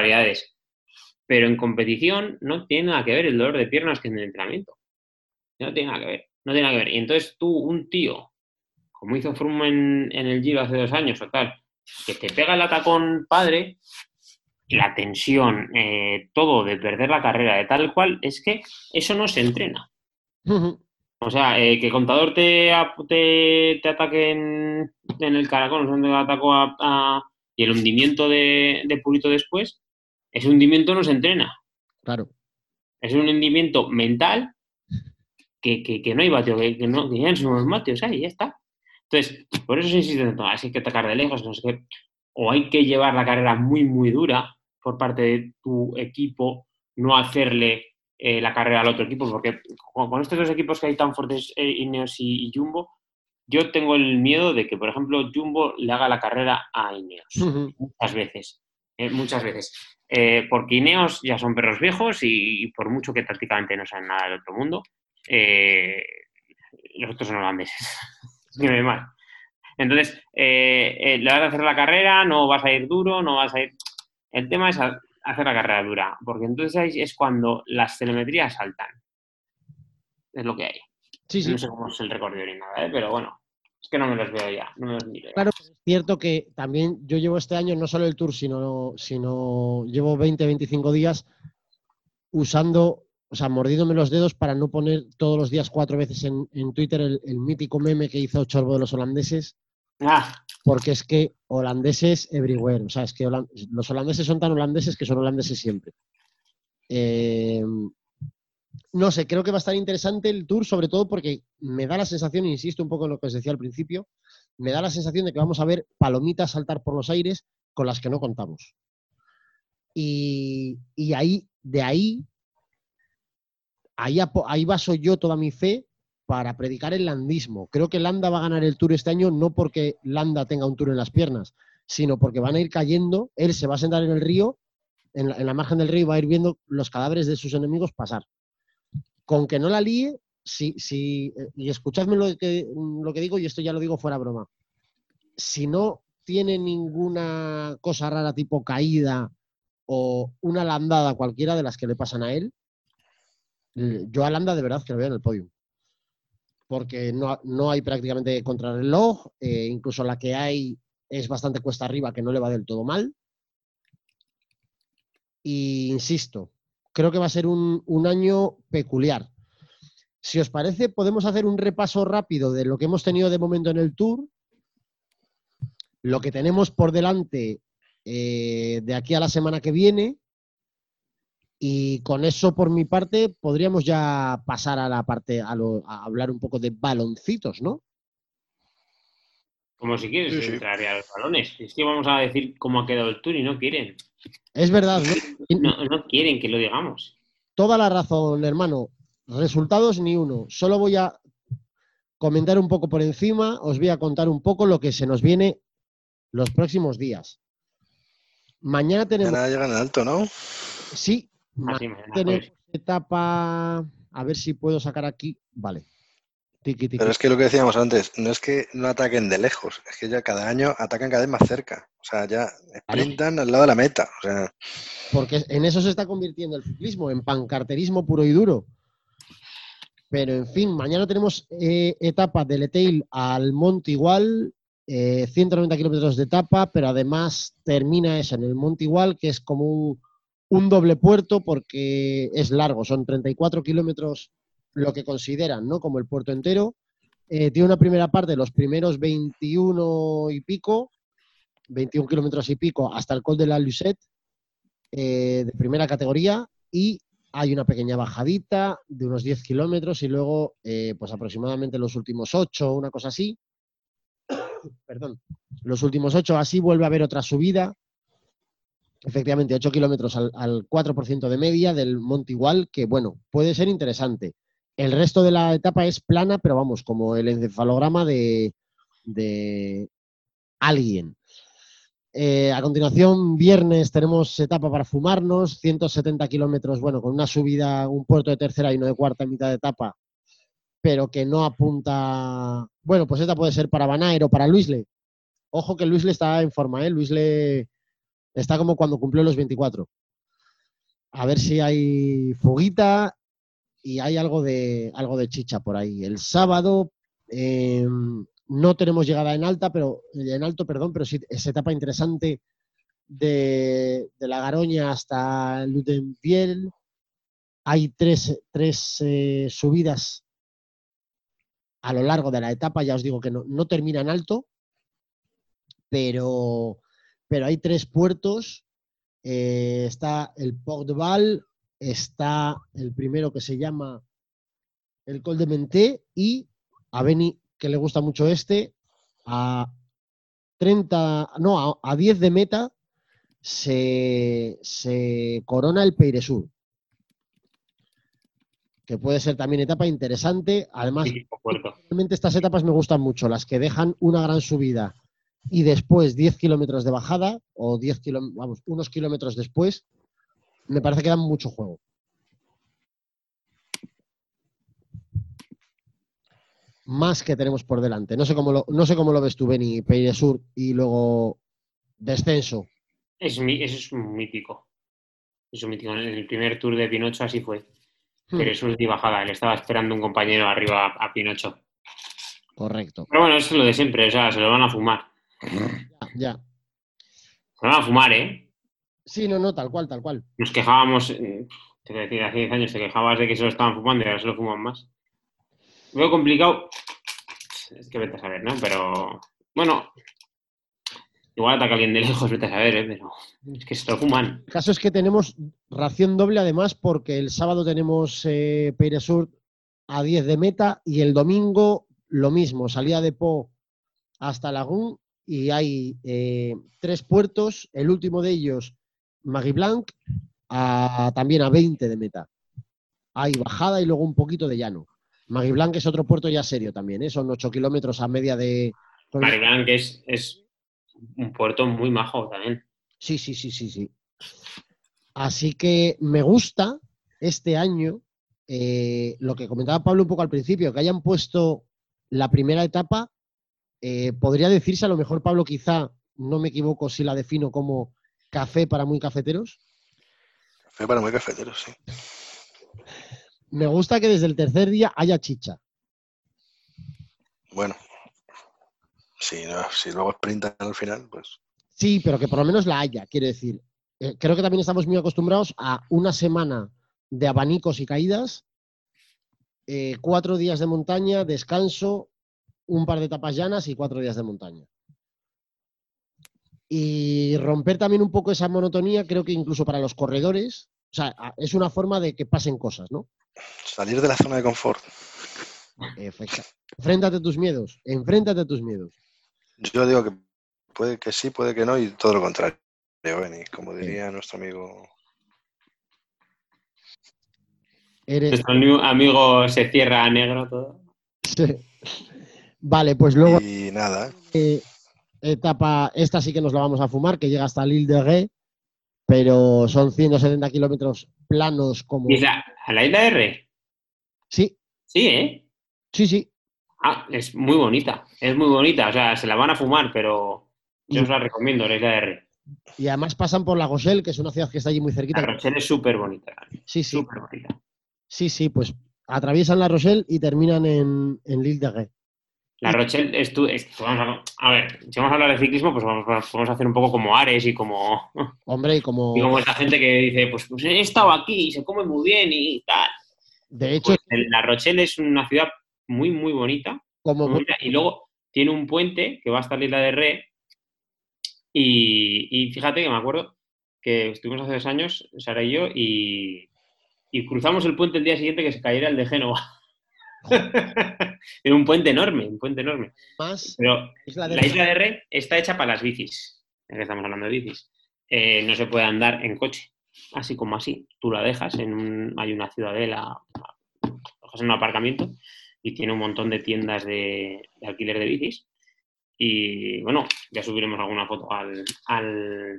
pero en competición no tiene nada que ver el dolor de piernas que en el entrenamiento. No tiene nada que ver. Y entonces tú, un tío, como hizo Froome en el Giro hace 2 años o tal, que te pega el atacón padre, la tensión, todo de perder la carrera de tal cual, es que eso no se entrena. O sea, que Contador te ataque en el caracol, donde atacó y el hundimiento de Purito después, ese hundimiento no se entrena. Claro. Es un hundimiento mental que no hay vatio, que ya son unos vatios ahí, ya está. Entonces, por eso se insiste en todo, así que atacar de lejos, no sé qué, o hay que llevar la carrera muy, muy dura por parte de tu equipo, no hacerle la carrera al otro equipo, porque con estos 2 equipos que hay tan fuertes, Ineos y Jumbo, yo tengo el miedo de que, por ejemplo, Jumbo le haga la carrera a Ineos, muchas veces, porque Ineos ya son perros viejos y por mucho que tácticamente no saben nada del otro mundo, los otros son holandeses. Que me mal. Entonces, le vas a hacer la carrera, no vas a ir duro, no vas a ir... El tema es hacer la carrera dura, porque entonces ahí es cuando las telemetrías saltan. Es lo que hay. Sí. No sé cómo es el recorrido ni nada, pero bueno, es que no me los veo ya, no me los miro ya. Claro, es cierto que también yo llevo este año no solo el Tour, sino llevo 20-25 días usando... O sea, mordiéndome los dedos para no poner todos los días 4 veces en Twitter el mítico meme que hizo Chorbo de los holandeses. Porque es que holandeses everywhere. O sea, es que los holandeses son tan holandeses que son holandeses siempre. No sé, creo que va a estar interesante el Tour, sobre todo porque me da la sensación, insisto un poco en lo que os decía al principio, me da la sensación de que vamos a ver palomitas saltar por los aires con las que no contamos. Y ahí baso yo toda mi fe para predicar el landismo. Creo que Landa va a ganar el Tour este año no porque Landa tenga un Tour en las piernas, sino porque van a ir cayendo, él se va a sentar en el río, en la margen del río, y va a ir viendo los cadáveres de sus enemigos pasar. Con que no la líe, y escuchadme lo que digo, y esto ya lo digo fuera broma, si no tiene ninguna cosa rara tipo caída o una landada cualquiera de las que le pasan a él, yo a Landa de verdad que lo veo en el podio. Porque no hay prácticamente contrarreloj, incluso la que hay es bastante cuesta arriba, que no le va del todo mal. Y insisto, creo que va a ser un año peculiar. Si os parece, podemos hacer un repaso rápido de lo que hemos tenido de momento en el Tour, lo que tenemos por delante de aquí a la semana que viene. Y con eso, por mi parte, podríamos ya pasar a la parte, a hablar un poco de baloncitos, ¿no? Como si quieres Sí. entrar a los balones. Es que vamos a decir cómo ha quedado el Tour y no quieren. Es verdad, ¿no? No quieren que lo digamos. Toda la razón, hermano. Resultados ni uno. Solo voy a comentar un poco por encima, os voy a contar un poco lo que se nos viene los próximos días. Mañana tenemos... Mañana llegan en alto, ¿no? Sí. Mañana Tenemos etapa, a ver si puedo sacar aquí, vale. Tiki, tiki. Pero es que lo que decíamos antes, no es que no ataquen de lejos, es que ya cada año atacan cada vez más cerca. O sea, ya sprintan al lado de la meta. O sea, porque en eso se está convirtiendo el ciclismo, en pancarterismo puro y duro. Pero, en fin, mañana tenemos etapa de Letail al Monte Igual, 190 kilómetros de etapa, pero además termina esa en el Monte Igual, que es como un doble puerto porque es largo, son 34 kilómetros lo que consideran, ¿no? Como el puerto entero. Tiene una primera parte, los primeros 21 y pico, 21 kilómetros y pico, hasta el Col de la Lucette, de primera categoría, y hay una pequeña bajadita de unos 10 kilómetros y luego, pues aproximadamente los últimos 8, una cosa así. Perdón. Los últimos 8, así vuelve a haber otra subida. Efectivamente, 8 kilómetros al 4% de media del Monte Igual, que bueno, puede ser interesante. El resto de la etapa es plana, pero vamos, como el encefalograma de alguien. A continuación, viernes, tenemos etapa para fumarnos, 170 kilómetros, bueno, con una subida, un puerto de tercera y uno de cuarta en mitad de etapa, pero que no apunta... Bueno, pues esta puede ser para Van Aert o para Luisle. Ojo que Luisle está en forma, ¿eh? Luisle está como cuando cumplió los 24. A ver si hay fuguita y hay algo de chicha por ahí. El sábado... no tenemos llegada en alto, pero sí es etapa interesante de la Garoña hasta Lutenviel. Hay tres subidas a lo largo de la etapa, ya os digo que no termina en alto, pero hay 3 puertos. Está el Port de Val, está el primero que se llama el Col de Menté y a Beni, que le gusta mucho a 10 de meta se corona el Peyresur, que puede ser también etapa interesante. Además, realmente estas etapas me gustan mucho, las que dejan una gran subida y después 10 kilómetros de bajada, o unos kilómetros después, me parece que dan mucho juego. Más que tenemos por delante. No sé cómo lo ves tú, Beni, Peyresur y luego descenso. Eso es un mítico. Es un mítico. En el primer Tour de Pinocho así fue. Peyresur y bajada. Le estaba esperando un compañero arriba a Pinocho. Correcto. Pero bueno, eso es lo de siempre. O sea, se lo van a fumar. Ya. Se lo van a fumar, ¿eh? Sí, no, tal cual. Nos quejábamos, te voy a decir, hace 10 años te quejabas de que se lo estaban fumando y ahora se lo fuman más. Veo complicado, es que vete a saber, ¿no? Pero, bueno, igual ataca a alguien de lejos, vete a saber, ¿eh? Pero es que se lo fuman. El caso es que tenemos ración doble, además, porque el sábado tenemos Peyresur a 10 de meta y el domingo lo mismo, salida de Po hasta Lagún y hay 3 puertos, el último de ellos, Magui-Blanc, también a 20 de meta. Hay bajada y luego un poquito de llano. Magui-Blanc es otro puerto ya serio también, ¿eh? Son 8 kilómetros a media de... Magui-Blanc es un puerto muy majo también. Sí. Así que me gusta este año lo que comentaba Pablo un poco al principio, que hayan puesto la primera etapa. Podría decirse, a lo mejor, Pablo, quizá, no me equivoco si la defino como café para muy cafeteros. Café para muy cafeteros, sí. Me gusta que desde el tercer día haya chicha. Bueno, si luego sprintan al final, pues... Sí, pero que por lo menos la haya, quiero decir. Creo que también estamos muy acostumbrados a una semana de abanicos y caídas, 4 días de montaña, descanso, un par de etapas llanas y 4 días de montaña. Y romper también un poco esa monotonía, creo que incluso para los corredores, o sea, es una forma de que pasen cosas, ¿no? Salir de la zona de confort. Enfréntate a tus miedos. Yo digo que puede que sí, puede que no, y todo lo contrario, Beni, como diría nuestro amigo. Nuestro amigo se cierra a negro todo. Sí. Vale, pues luego... Y nada. Etapa, esta sí que nos la vamos a fumar, que llega hasta l'Île de Ré, pero son 170 kilómetros planos como... ¿Y a la isla de Ré? Sí. Sí, ¿eh? Sí. Ah, es muy bonita, o sea, se la van a fumar, pero yo os la recomiendo, la isla de Ré. Y además pasan por La Rochelle, que es una ciudad que está allí muy cerquita. La Rochelle es súper bonita. Sí, sí. Súper bonita. Sí, pues atraviesan La Rochelle y terminan en L'Île de Ré. La Rochelle vamos a ver, si vamos a hablar de ciclismo, pues vamos a hacer un poco como Ares y como Hombre, y como esa gente que dice, pues he estado aquí y se come muy bien y tal. De hecho, Pues La Rochelle es una ciudad muy, muy bonita. como Muy bonita, y luego tiene un puente que va hasta la isla de Ré. Y fíjate que me acuerdo que estuvimos hace 2 años, Sara y yo, y cruzamos el puente el día siguiente que se cayera el de Génova. Era un puente enorme, un puente enorme. más Pero Isla la isla de Ré está hecha para las bicis, ya que estamos hablando de bicis. No se puede andar en coche, así como así. Tú la dejas, hay una ciudadela, la dejas en un aparcamiento y tiene un montón de tiendas de alquiler de bicis. Y bueno, ya subiremos alguna foto al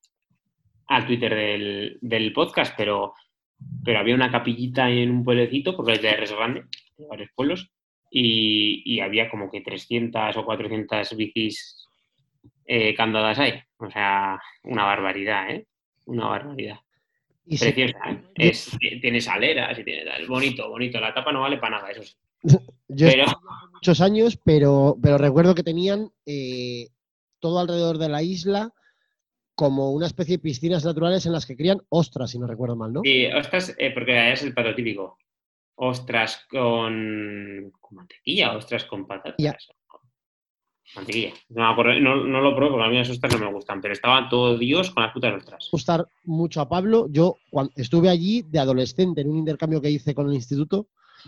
Twitter del podcast, pero había una capillita en un pueblecito, porque la isla de Ré es grande, de varios pueblos, y había como que 300 o 400 bicis candadas ahí. O sea, una barbaridad, ¿eh? Una barbaridad. y Preciosa, ¿eh? Tiene saleras y tiene tal. Bonito, bonito. La tapa no vale para nada, eso sí. yo Pero hace muchos años, pero recuerdo que tenían todo alrededor de la isla como una especie de piscinas naturales en las que crían ostras, si no recuerdo mal, ¿no? sí, ostras, porque es el plato típico. Ostras con mantequilla, ostras con patatas. Ya. Mantequilla. No me acuerdo, no lo probé porque a mí las ostras no me gustan, pero estaba todo Dios con las putas ostras. Gustar mucho a Pablo. Yo cuando estuve allí de adolescente en un intercambio que hice con el instituto,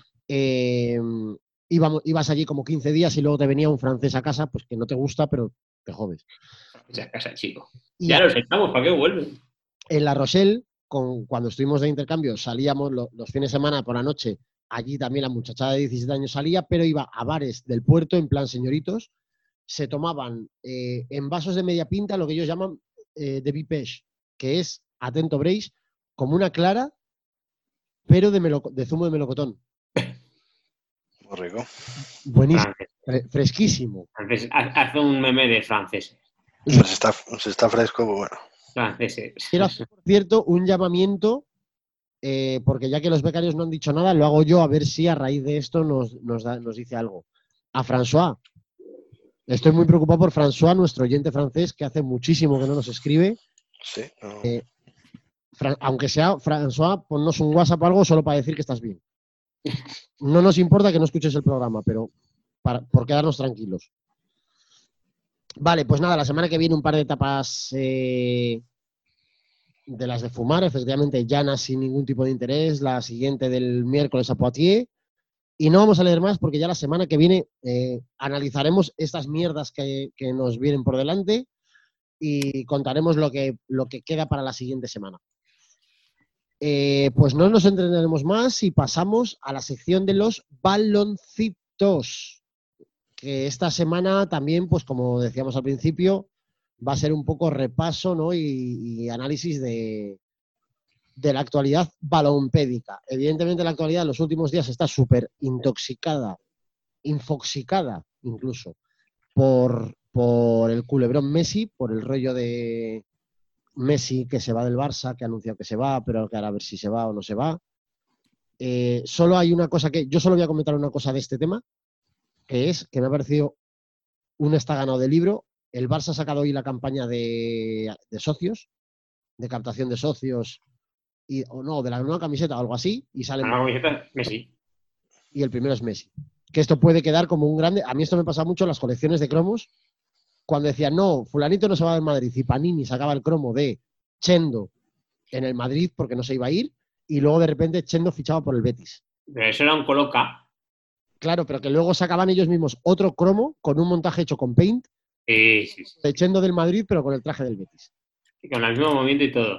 ibas allí como 15 días y luego te venía un francés a casa, pues que no te gusta, pero te jodes. Esa casa, chico. Y Ya los echamos, ¿para qué vuelven? en La Rochelle, cuando estuvimos de intercambio, salíamos los fines de semana por la noche. Allí también la muchachada de 17 años salía, pero iba a bares del puerto en plan señoritos. Se tomaban en vasos de media pinta lo que ellos llaman de bipèche, que es, atento Brace, como una clara, pero de zumo de melocotón. Muy rico. Buenísimo, fresquísimo. Haz un meme de franceses. Si está fresco, pues bueno. Franceses. Quiero hacer, por cierto, un llamamiento, porque ya que los becarios no han dicho nada, lo hago yo a ver si a raíz de esto nos dice algo. A François. Estoy muy preocupado por François, nuestro oyente francés, que hace muchísimo que no nos escribe. Sí. No. Aunque sea, François, ponnos un WhatsApp o algo solo para decir que estás bien. No nos importa que no escuches el programa, pero por quedarnos tranquilos. Vale, pues nada, la semana que viene un par de etapas de las de fumar, efectivamente, llanas sin ningún tipo de interés. La siguiente del miércoles a Poitiers. Y no vamos a leer más porque ya la semana que viene analizaremos estas mierdas que nos vienen por delante y contaremos lo que queda para la siguiente semana. Pues no nos entrenaremos más y pasamos a la sección de los baloncitos, que esta semana también, pues como decíamos al principio, va a ser un poco repaso, ¿no? y análisis de la actualidad balonpédica. Evidentemente la actualidad en los últimos días está súper intoxicada, infoxicada incluso, por el culebrón Messi, por el rollo de Messi que se va del Barça, que ha anunciado que se va, pero que ahora a ver si se va o no se va. Solo hay una cosa yo solo voy a comentar una cosa de este tema, que es que me ha parecido un está ganado de libro. El Barça ha sacado hoy la campaña de socios, de captación de socios, o no, de la nueva camiseta o algo así, y salen. La camiseta Messi. Y el primero es Messi. Que esto puede quedar como un grande. A mí esto me pasa mucho en las colecciones de cromos, cuando decían, no, fulanito no se va del Madrid, y Panini sacaba el cromo de Chendo en el Madrid porque no se iba a ir, y luego de repente Chendo fichaba por el Betis. Pero eso era un coloca. Claro, pero que luego sacaban ellos mismos otro cromo con un montaje hecho con Paint Sí. de Chendo del Madrid, pero con el traje del Betis. Y con el mismo movimiento y todo.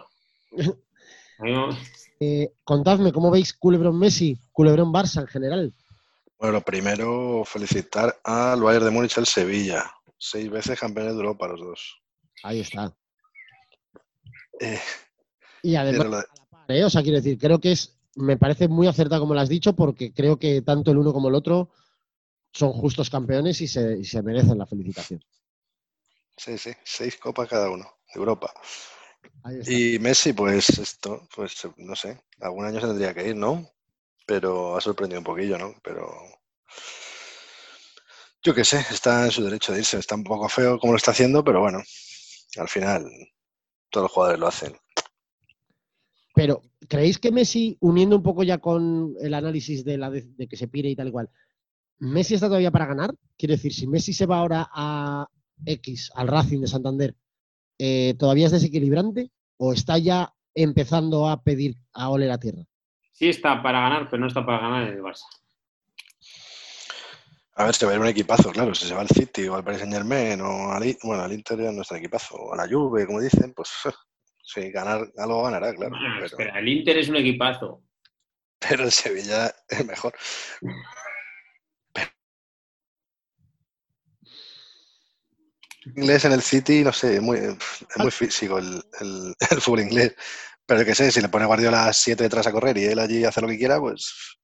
Contadme, ¿cómo veis Culebrón Messi, Culebrón Barça en general? Bueno, lo primero, felicitar al Bayern de Múnich, al Sevilla. 6 veces campeones de Europa los dos. Ahí está. Eh, Y además, pero a la par, o sea, quiero decir, creo que me parece muy acertado como lo has dicho, porque creo que tanto el uno como el otro son justos campeones y se merecen la felicitación. Sí, 6 copas cada uno. Europa. Ahí está. Y Messi, pues esto, pues no sé, algún año se tendría que ir, ¿no? Pero ha sorprendido un poquillo, ¿no? Pero yo qué sé, está en su derecho de irse. Está un poco feo como lo está haciendo, pero bueno, al final todos los jugadores lo hacen. Pero, ¿creéis que Messi, uniendo un poco ya con el análisis de que se pire y tal y cual, Messi está todavía para ganar? Quiero decir, si Messi se va ahora a X, al Racing de Santander, ¿todavía es desequilibrante o está ya empezando a pedir a oler a tierra? Sí está para ganar, pero no está para ganar en el Barça. A ver, se va a ir un equipazo, claro. Si se va al City o al Paris Saint-Germain o al Inter ya no está en equipazo. O a la Juve, como dicen, pues sí, ganar, algo ganará, claro. Bueno, espera, el Inter es un equipazo. Pero el Sevilla es mejor. Inglés en el City, no sé, es muy físico el fútbol inglés. Pero que sé, si le pone Guardiola a 7 detrás a correr y él allí hace lo que quiera, pues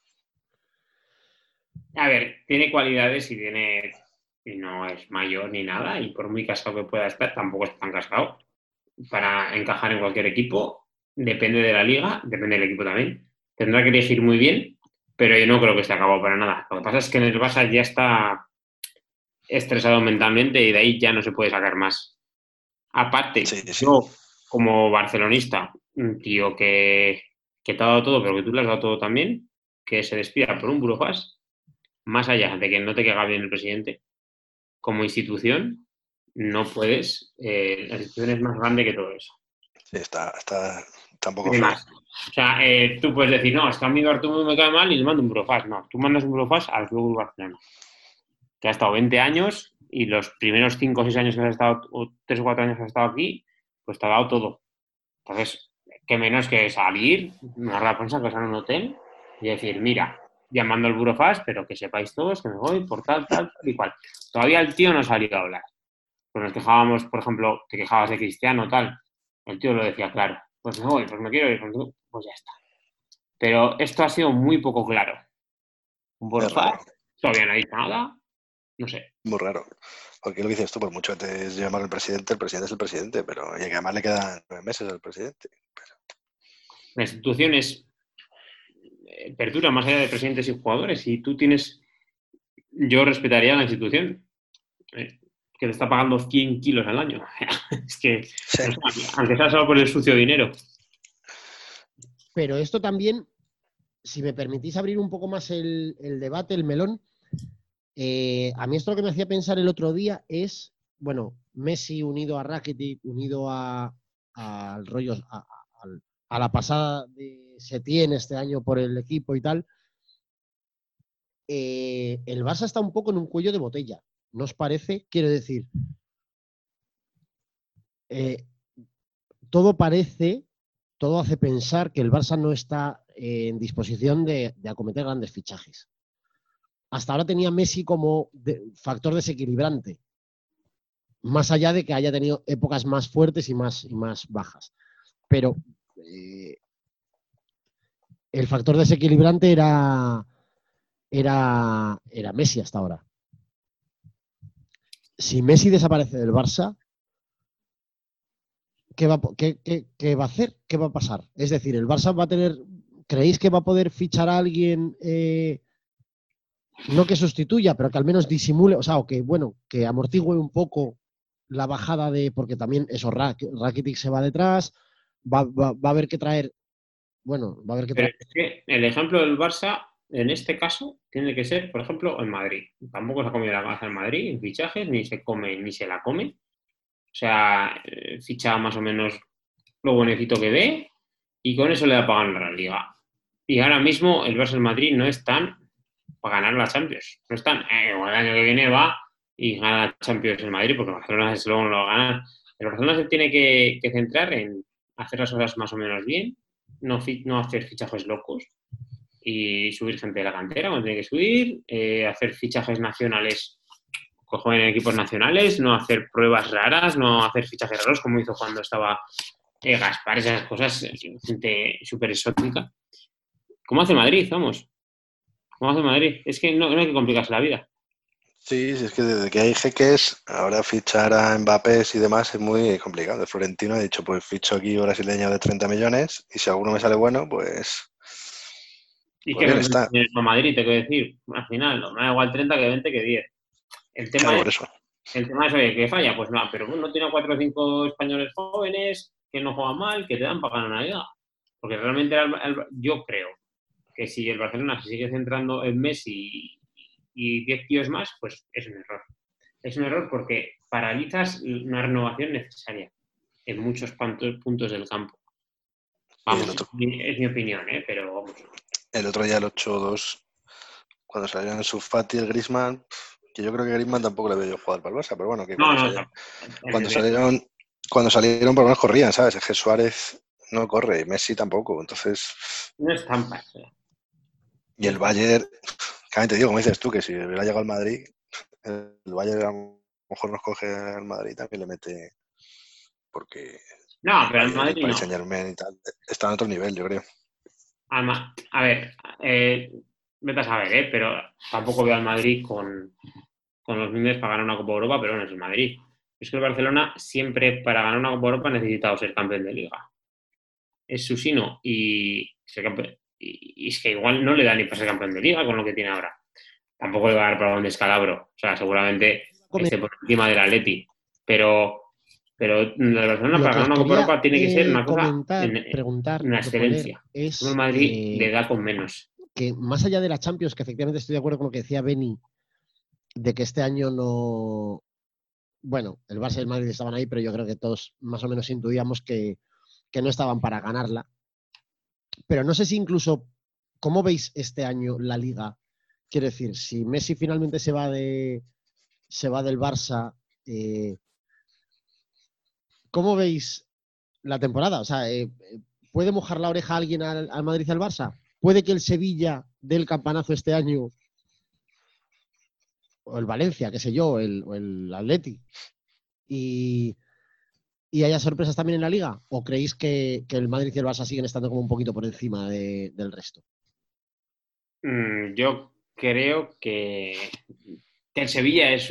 A ver, tiene cualidades y no es mayor ni nada, y por muy cascado que pueda estar, tampoco está tan cascado para encajar en cualquier equipo. Depende de la liga, depende del equipo también. Tendrá que elegir muy bien, pero yo no creo que esté acabado para nada. Lo que pasa es que en el Barça ya está estresado mentalmente y de ahí ya no se puede sacar más. Aparte, sí. yo, como barcelonista, un tío que te ha dado todo, pero que tú le has dado todo también, que se despida por un burofax, más allá de que no te caiga bien el presidente, como institución, no puedes. La institución es más grande que todo eso. Sí, está un poco Ni feo. más. O sea, tú puedes decir, no, es que a mí Bartomeu me cae mal y le mando un burofax. No, tú mandas un burofax al Club Barcelona, que ha estado 20 años y los primeros 5 o 6 años que has estado, o 3 o 4 años que has estado aquí, pues te ha dado todo. Entonces, qué menos que salir, una raponsa, que en un hotel y decir, mira, llamando al burofax, pero que sepáis todos que me voy por tal y cual. Todavía el tío no salió a hablar. Pues nos quejábamos, por ejemplo, te quejabas de Cristiano, tal. El tío lo decía claro. Pues me voy, pues me quiero ir, pues ya está. Pero esto ha sido muy poco claro. Un Es raro, burofax, todavía no ha dicho nada, no sé. muy raro. Porque lo que dices tú, por mucho que te llamar el presidente es el presidente, pero y que además le quedan 9 meses al presidente. La institución perdura más allá de presidentes y jugadores. Y tú tienes, yo respetaría la institución, que te está pagando 100 kilos al año. Es que, Sí. aunque sea solo por el sucio dinero. Pero esto también, si me permitís abrir un poco más el debate, el melón, a mí esto lo que me hacía pensar el otro día es, bueno, Messi unido a Rakitic, unido al rollo, a la pasada de Setién este año por el equipo y tal, el Barça está un poco en un cuello de botella. ¿No os parece? Quiero decir, todo hace pensar que el Barça no está en disposición de acometer grandes fichajes. Hasta ahora tenía Messi como factor desequilibrante, más allá de que haya tenido épocas más fuertes y más bajas. Pero el factor desequilibrante era Messi hasta ahora. Si Messi desaparece del Barça, ¿qué va a hacer? ¿Qué va a pasar? Es decir, el Barça va a tener... ¿Creéis que va a poder fichar a alguien, no que sustituya, pero que al menos disimule, o sea, o que, bueno, que amortigüe un poco la bajada de... Porque también eso, Rakitic se va detrás, va a haber que traer... Bueno, va a haber que Pero traer... es que el ejemplo del Barça, en este caso, tiene que ser, por ejemplo, en Madrid. Tampoco se ha comido la cabeza en Madrid, en fichajes, ni se come, ni se la come. O sea, ficha más o menos lo buenecito que ve y con eso le da para ganar la Liga. Y ahora mismo el Barça del Madrid no están para ganar la Champions. No están. El año que viene va y gana la Champions en Madrid porque Barcelona desde luego no lo va a ganar. El Barcelona se tiene que centrar en hacer las cosas más o menos bien, no hacer fichajes locos y subir gente de la cantera cuando tiene que subir, hacer fichajes nacionales con jóvenes equipos nacionales, no hacer pruebas raras, no hacer fichajes raros como hizo cuando estaba Gaspar, esas cosas, gente súper exótica. ¿Cómo hace Madrid? Vamos. ¿Cómo hace Madrid? Es que no hay que complicarse la vida. Sí, sí, es que desde que hay jeques, ahora fichar a Mbappé y demás es muy complicado. El Florentino ha dicho, pues ficho aquí brasileño de 30 millones y si alguno me sale bueno, pues Y que bien me está. el Madrid, te quiero decir. Al final, no me da igual 30 que 20 que 10. El Claro, tema por es, eso. el tema es oye, que falla, pues no, pero uno tiene a 4 o 5 españoles jóvenes que no juegan mal, que te dan para ganar una liga. Porque realmente yo creo que si el Barcelona se sigue centrando en Messi y 10 tíos más, pues es un error. Es un error porque paralizas una renovación necesaria en muchos puntos del campo. Y Vamos, es mi opinión, pero vamos. el otro día el 8-2, cuando salieron Ansu Fati y el Griezmann, que yo creo que Griezmann tampoco le veo yo jugar para el Barça, pero bueno, que No, cuando salieron por lo menos corrían, ¿sabes? Es que Suárez no corre y Messi tampoco, entonces... no es tan fácil. Y el Bayern, claramente te digo, como dices tú, que si hubiera llegado al Madrid, el Bayern a lo mejor nos coge al Madrid y también le mete, porque No, el pero el Bayern y el Madrid Paris no. Saint-Germain y tal están a otro nivel, yo creo. A ver, vete a saber, pero tampoco veo al Madrid con los miembros para ganar una Copa Europa, pero no es el Madrid. Es que el Barcelona siempre para ganar una Copa Europa ha necesitado ser campeón de Liga. Es su sino y es que igual no le da ni para ser campeón de Liga con lo que tiene ahora. Tampoco le va a dar para un descalabro. O sea, seguramente esté por encima del Atleti. Pero la Barcelona Lo para que ganar os una Copa quería Europa tiene que ser una cosa comentar, preguntar, una proponer excelencia. El es Madrid le da con menos. que más allá de la Champions, que efectivamente estoy de acuerdo con lo que decía Beni, de que este año no... Bueno, el Barça y el Madrid estaban ahí, pero yo creo que todos más o menos intuíamos que no estaban para ganarla. Pero no sé si incluso, ¿cómo veis este año la Liga? Quiero decir, si Messi finalmente se va del Barça, ¿cómo veis la temporada? O sea, ¿puede mojar la oreja a alguien al Madrid y al Barça? ¿Puede que el Sevilla dé el campanazo este año? O el Valencia, qué sé yo, o el Atleti. Y haya sorpresas también en la Liga? ¿O creéis que el Madrid y el Barça siguen estando como un poquito por encima del resto? Yo creo que el Sevilla es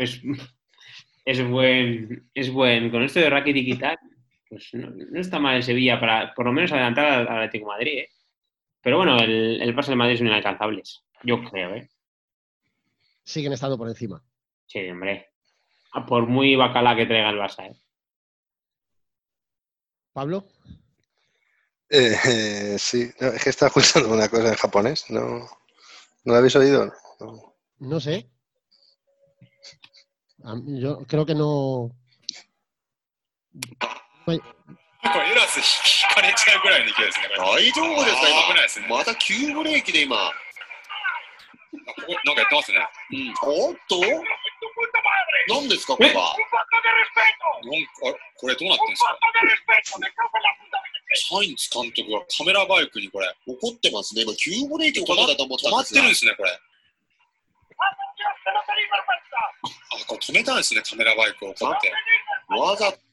buen. Con esto de Rakitic y tal, pues no está mal el Sevilla para por lo menos adelantar al Atlético de Madrid, ¿eh? Pero bueno, el Barça de Madrid son inalcanzables. Yo creo, ¿eh? Siguen estando por encima. Sí, hombre. Por muy bacala que traiga el Barça, ¿eh? ¿Pablo? Sí, no, es que estaba escuchando una cosa en japonés, ¿no la habéis oído? No. No sé. Yo creo que no. なんかエラース引かれちゃうぐらいの勢いですね。大丈夫ですか今。危ないですね。また急ブレーキで今。ここなんかやってますね。おっと何ですかこれは。なんかこれどうなってんですか。サインズ監督がカメラバイクにこれ怒ってますね。今急ブレーキをかけたと思ったんですが。止まってるんですねこれ。これ止めたんですねカメラバイクを怒って。わざと。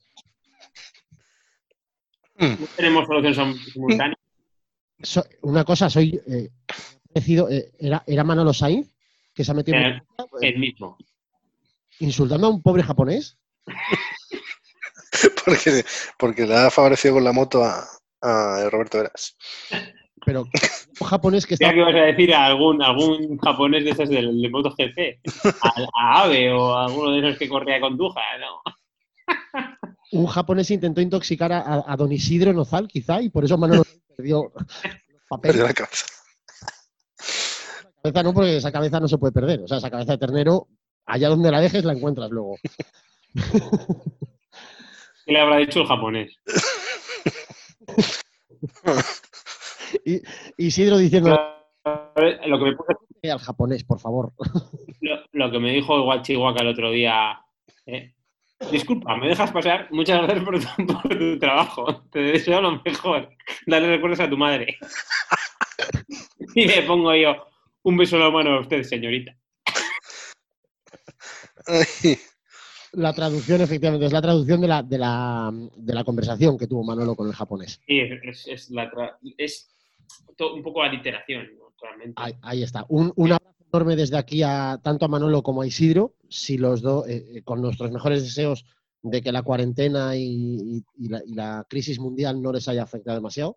No tenemos solución simultánea. Una cosa, soy parecido, era Manolo Sainz que se ha metido el mismo. Insultando a un pobre japonés. porque le ha favorecido con la moto a Roberto Heras. Pero un japonés que está... está... que vas a decir a algún japonés de esos del MotoGP, a Abe o a alguno de esos que corría con Duja, ¿no? Un japonés intentó intoxicar a don Isidro Nozal, quizá, y por eso Manolo perdió papel. Perdió la cabeza. No, porque esa cabeza no se puede perder. O sea, esa cabeza de ternero, allá donde la dejes, la encuentras luego. ¿Qué le habrá dicho el japonés? Isidro diciendo... Lo que me puse... al japonés, por favor. Lo que me dijo igual Chihuahua el otro día... Disculpa, ¿me dejas pasar? Muchas gracias por tu trabajo. Te deseo lo mejor. Dale recuerdos a tu madre. Y le pongo yo un beso en la mano a usted, señorita. La traducción, efectivamente, es la traducción de la conversación que tuvo Manolo con el japonés. Sí, es un poco aliteración, ¿no? Ahí está. Un abrazo enorme desde aquí tanto a Manolo como a Isidro, si los dos, con nuestros mejores deseos de que la cuarentena y la crisis mundial no les haya afectado demasiado.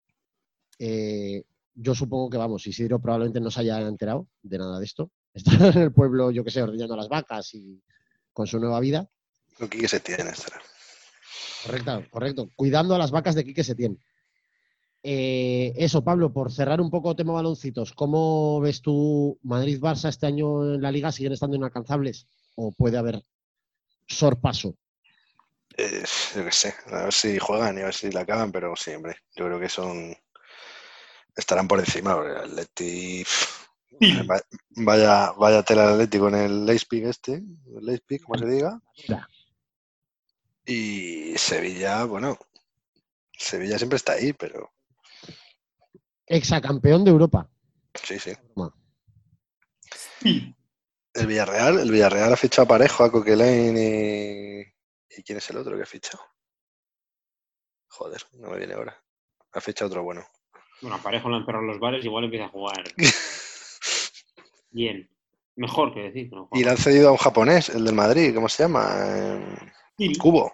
Yo supongo que, vamos, Isidro probablemente no se haya enterado de nada de esto. Está en el pueblo, yo que sé, ordeñando a las vacas y con su nueva vida. Lo que se tiene estará. Correcto. Cuidando a las vacas de Quique Setién. Eso, Pablo, por cerrar un poco tema baloncitos, ¿cómo ves tú Madrid-Barça este año en la Liga? ¿Siguen estando inalcanzables? ¿O puede haber sorpaso? Yo qué sé, a ver si juegan y a ver si la acaban, pero sí, hombre, yo creo que estarán por encima. El Atleti, vaya tela el Atleti con el Leipzig el Leipzig, como se diga. Y Sevilla, bueno, Sevilla siempre está ahí, pero... Exacampeón de Europa. Sí. Sí. El Villarreal ha fichado a Parejo, a Coquelin ¿y quién es el otro que ha fichado? Joder, no me viene ahora. Ha fichado otro bueno. Bueno, Parejo lo han cerrado los bares, igual empieza a jugar bien. Mejor que decir. No y le han cedido a un japonés, el del Madrid, ¿cómo se llama? Sí. Cubo.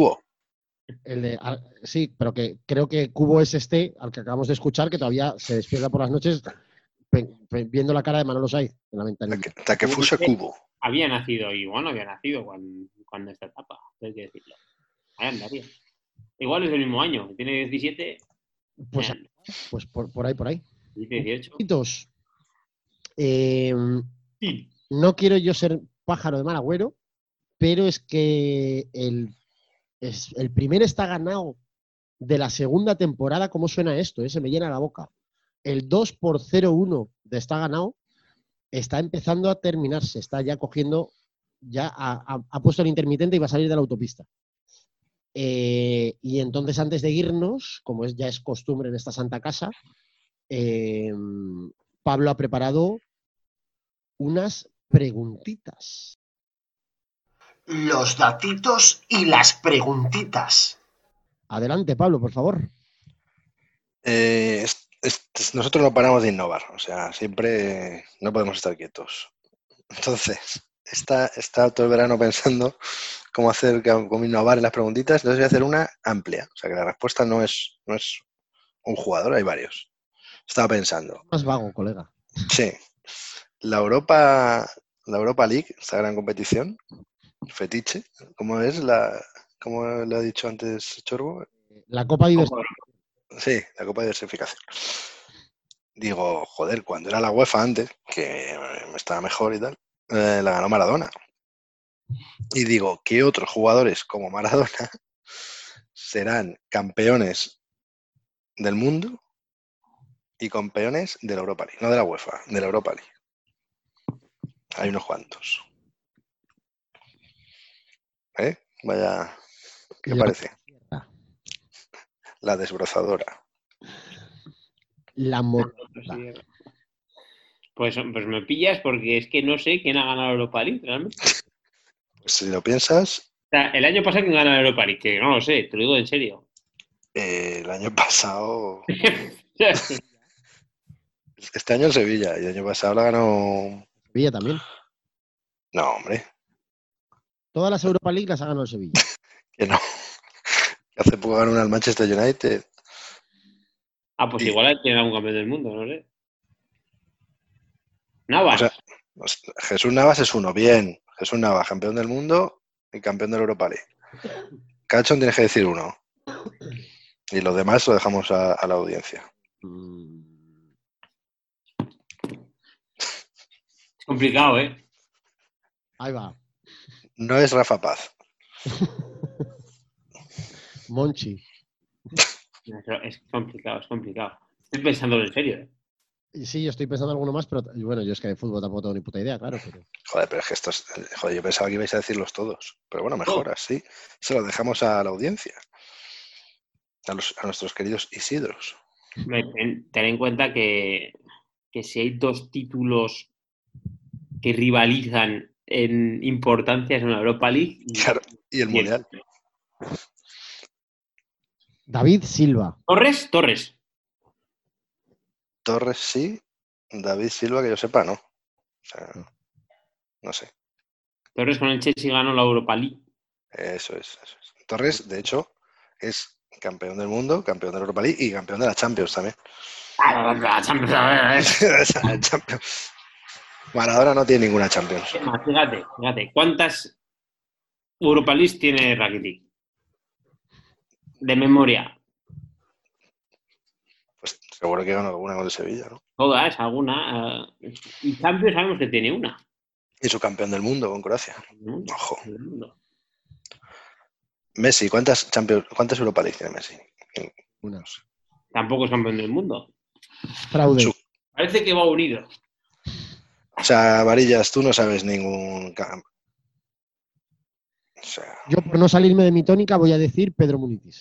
Sí, pero que creo que Cubo es al que acabamos de escuchar, que todavía se despierta por las noches viendo la cara de Manolo Saiz en la ventanilla. Takefusa Cubo. Había nacido cuando esta etapa, hay que decirlo. Ahí andaría. Igual es del mismo año, tiene 17. Pues por ahí. 18. Sí. No quiero yo ser pájaro de mal agüero, pero es que el primer está ganado de la segunda temporada. ¿Cómo suena esto? Se me llena la boca. El 2-0-1 de está ganado está empezando a terminarse, está ya cogiendo, ya ha puesto el intermitente y va a salir de la autopista. Y entonces, antes de irnos, como ya es costumbre en esta santa casa, Pablo ha preparado unas preguntitas. Los datitos y las preguntitas. Adelante, Pablo, por favor. Nosotros no paramos de innovar, o sea, siempre no podemos estar quietos. Entonces, está todo el verano pensando cómo innovar en las preguntitas. Entonces voy a hacer una amplia, o sea, que la respuesta no es un jugador, hay varios. Estaba pensando. Más vago, colega. Sí. La Europa League, esta gran competición, fetiche, ¿cómo lo ha dicho antes Chorbo? La Copa Diversificación. Sí, la Copa de Diversificación. Digo, joder, cuando era la UEFA antes, que estaba mejor y tal, la ganó Maradona. Y digo, ¿qué otros jugadores como Maradona serán campeones del mundo y campeones de la Europa League? No de la UEFA, de la Europa League. Hay unos cuantos. Vaya, ¿qué parece? La desbrozadora. La Pues me pillas porque es que no sé quién ha ganado la Europa League realmente. Pues si lo piensas... O sea, el año pasado quién ganó la Europa League, que no lo sé, te lo digo en serio. El año pasado... Este año el Sevilla, y el año pasado la ganó... Sevilla también. No, hombre. Todas las Europa League las ha ganado el Sevilla. Que no. Hace poco ganó una al Manchester United. Pues igual hay quien era un campeón del mundo, no sé. Navas. O sea, Jesús Navas es uno, bien. Jesús Navas, campeón del mundo y campeón de la Europa League. Cachón tienes que decir uno. Y los demás lo dejamos a la audiencia. Es complicado, ¿eh? Ahí va. No es Rafa Paz. Monchi. Es complicado. Estoy pensando en serio, ¿eh? Sí, yo estoy pensando en alguno más, pero bueno, yo es que de fútbol tampoco tengo ni puta idea, claro. Joder, pero es que yo pensaba que ibais a decirlos todos. Pero bueno, mejor así. Se lo dejamos a la audiencia. A nuestros queridos Isidros. Ten en cuenta que si hay dos títulos que rivalizan en importancia son la Europa League y el Mundial. David Silva. Torres. Torres sí. David Silva, que yo sepa, no. sea, no sé. Torres con el Chelsea ganó la Europa League. Eso es. Torres, de hecho, es campeón del mundo, campeón de la Europa League y campeón de la Champions también. La Champions. Champions. Maradona no tiene ninguna Champions. Fíjate, ¿cuántas Europa League tiene Rakitic? De memoria. Pues seguro que ganó alguna con el Sevilla, ¿no? Todas, alguna. Y Champions sabemos que tiene una. Y su campeón del mundo con Croacia. Ojo. El mundo. Messi, ¿cuántas Europa League tiene Messi? Una. Tampoco es campeón del mundo. Fraude. Parece que va unido. O sea, Varillas, tú no sabes ningún... O sea, Yo, por no salirme de mi tónica, voy a decir Pedro Munitis.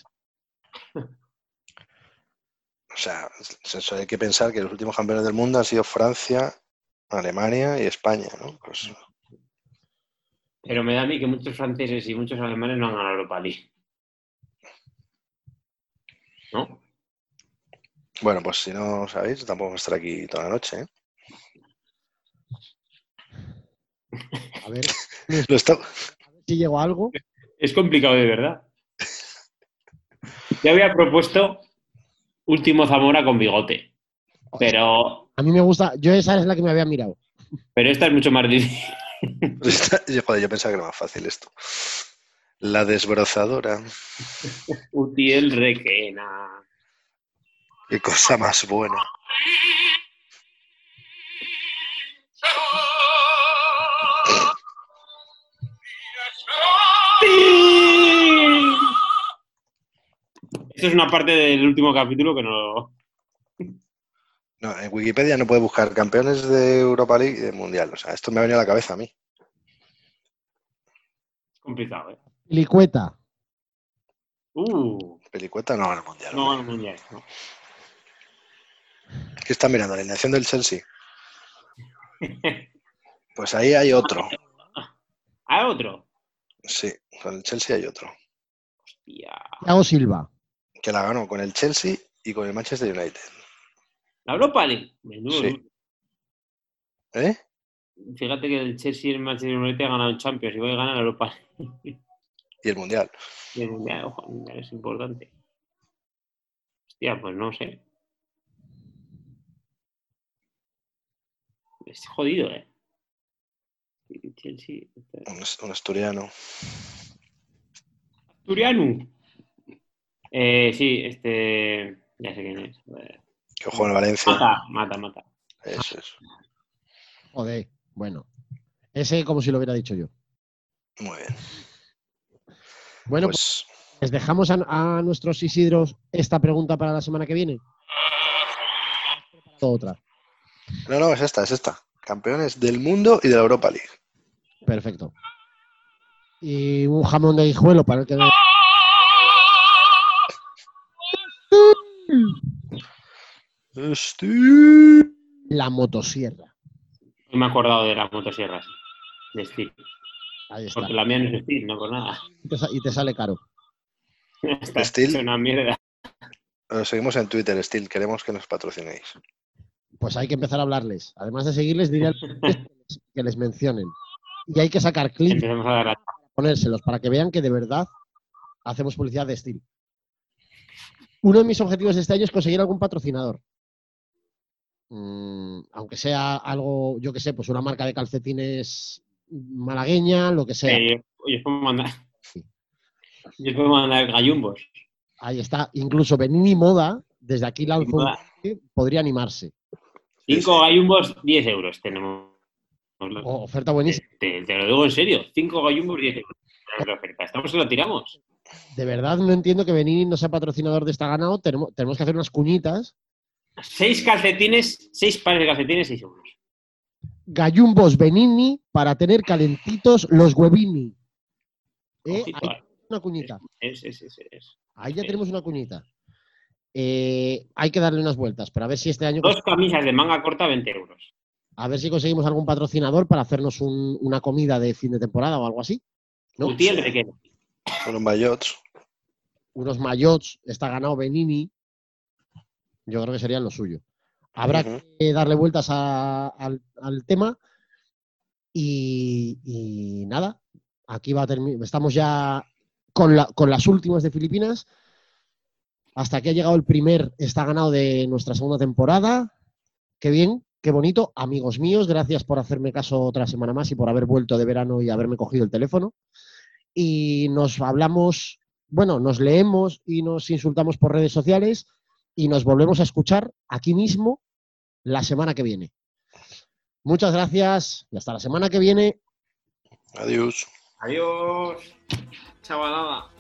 eso hay que pensar que los últimos campeones del mundo han sido Francia, Alemania y España, ¿no? Pues, Pero me da a mí que muchos franceses y muchos alemanes no han ganado la Europa League. ¿No? bueno, pues si no sabéis, tampoco vamos a estar aquí toda la noche, ¿eh? A ver Lo está- si llego a algo. Es complicado de verdad. Yo había propuesto Último Zamora con bigote. Pero A mí me gusta. Yo esa es la que me había mirado. esta es mucho más difícil. Joder, yo pensaba que era más fácil esto. La desbrozadora. Utiel Requena. Qué cosa más buena. Esto es una parte del último capítulo que no... No, en Wikipedia no puede buscar campeones de Europa League y de Mundial. O sea, esto me ha venido a la cabeza a mí. Es complicado, ¿eh? Licueta. Pelicueta no gana el Mundial. No, hombre. no, mundial. No. ¿Qué está mirando? ¿La alineación del Chelsea? Pues ahí hay otro. ¿Hay otro? Sí, con el Chelsea hay otro. Hostia. Thiago Silva. Que la ganó con el Chelsea y con el Manchester United. ¿La Europa League? Menudo. Sí. ¿Eh? Fíjate que el Chelsea y el Manchester United han ganado en Champions y voy a ganar la Europa League. Y el Mundial. Y el mundial, ojo, el mundial es importante. Hostia, pues no sé. Es jodido, ¿eh? Chelsea. Un asturiano. Asturiano. Sí, ya sé quién es. Que juega en Valencia. Mata. Eso es. Joder. Bueno. Ese como si lo hubiera dicho yo. Muy bien. Bueno, Pues ¿les dejamos a nuestros Isidros esta pregunta para la semana que viene? Otra. no, es esta. Campeones del mundo y de la Europa League. Perfecto. Y un jamón de guijuelo para el que... La motosierra. Me he acordado de las motosierras. De Steel. Ahí está. Porque la mía no es Steel, no por nada. Y te sale caro. Está Steel. hecho una mierda. Lo seguimos en Twitter, Steel. Queremos que nos patrocinéis. Pues hay que empezar a hablarles. Además de seguirles, diré que les mencionen. Y hay que sacar clips, Empezamos a dar la... ponérselos para que vean que de verdad hacemos publicidad de Steel. Uno de mis objetivos de este año es conseguir algún patrocinador. Aunque sea algo, yo que sé, pues una marca de calcetines malagueña, lo que sea. Oye, os puedo mandar. Yo os puedo mandar gallumbos. Ahí está. Incluso Benini Moda, desde aquí lanzo un Moda. podría animarse. 5 gallumbos, 10 euros tenemos. Oferta buenísima. Te lo digo en serio. 5 gallumbos, 10 euros. La oferta. Estamos que la tiramos. De verdad no entiendo que Benini no sea patrocinador de esta ganado. Tenemos que hacer unas cuñitas. 6 calcetines, 6 pares de calcetines, 6 euros. Gallumbos Benini para tener calentitos los huevini. Ojito, Ahí una cuñita. Es. Ahí ya tenemos una cuñita. Hay que darle unas vueltas, pero a ver si este año... 2 camisas de manga corta, 20 euros. A ver si conseguimos algún patrocinador para hacernos una comida de fin de temporada o algo así. ¿No? Utiel Requena. Unos maillots. Unos maillots, está ganado Benini. Yo creo que serían lo suyo. Habrá que darle vueltas al tema. Y nada, aquí va a terminar. Estamos ya con las últimas de Filipinas. Hasta que ha llegado el primer está ganado de nuestra segunda temporada. Qué bien, qué bonito. Amigos míos, gracias por hacerme caso otra semana más y por haber vuelto de verano y haberme cogido el teléfono. Y nos hablamos, bueno, nos leemos y nos insultamos por redes sociales y nos volvemos a escuchar aquí mismo la semana que viene. Muchas gracias y hasta la semana que viene. Adiós. Adiós, chavalada.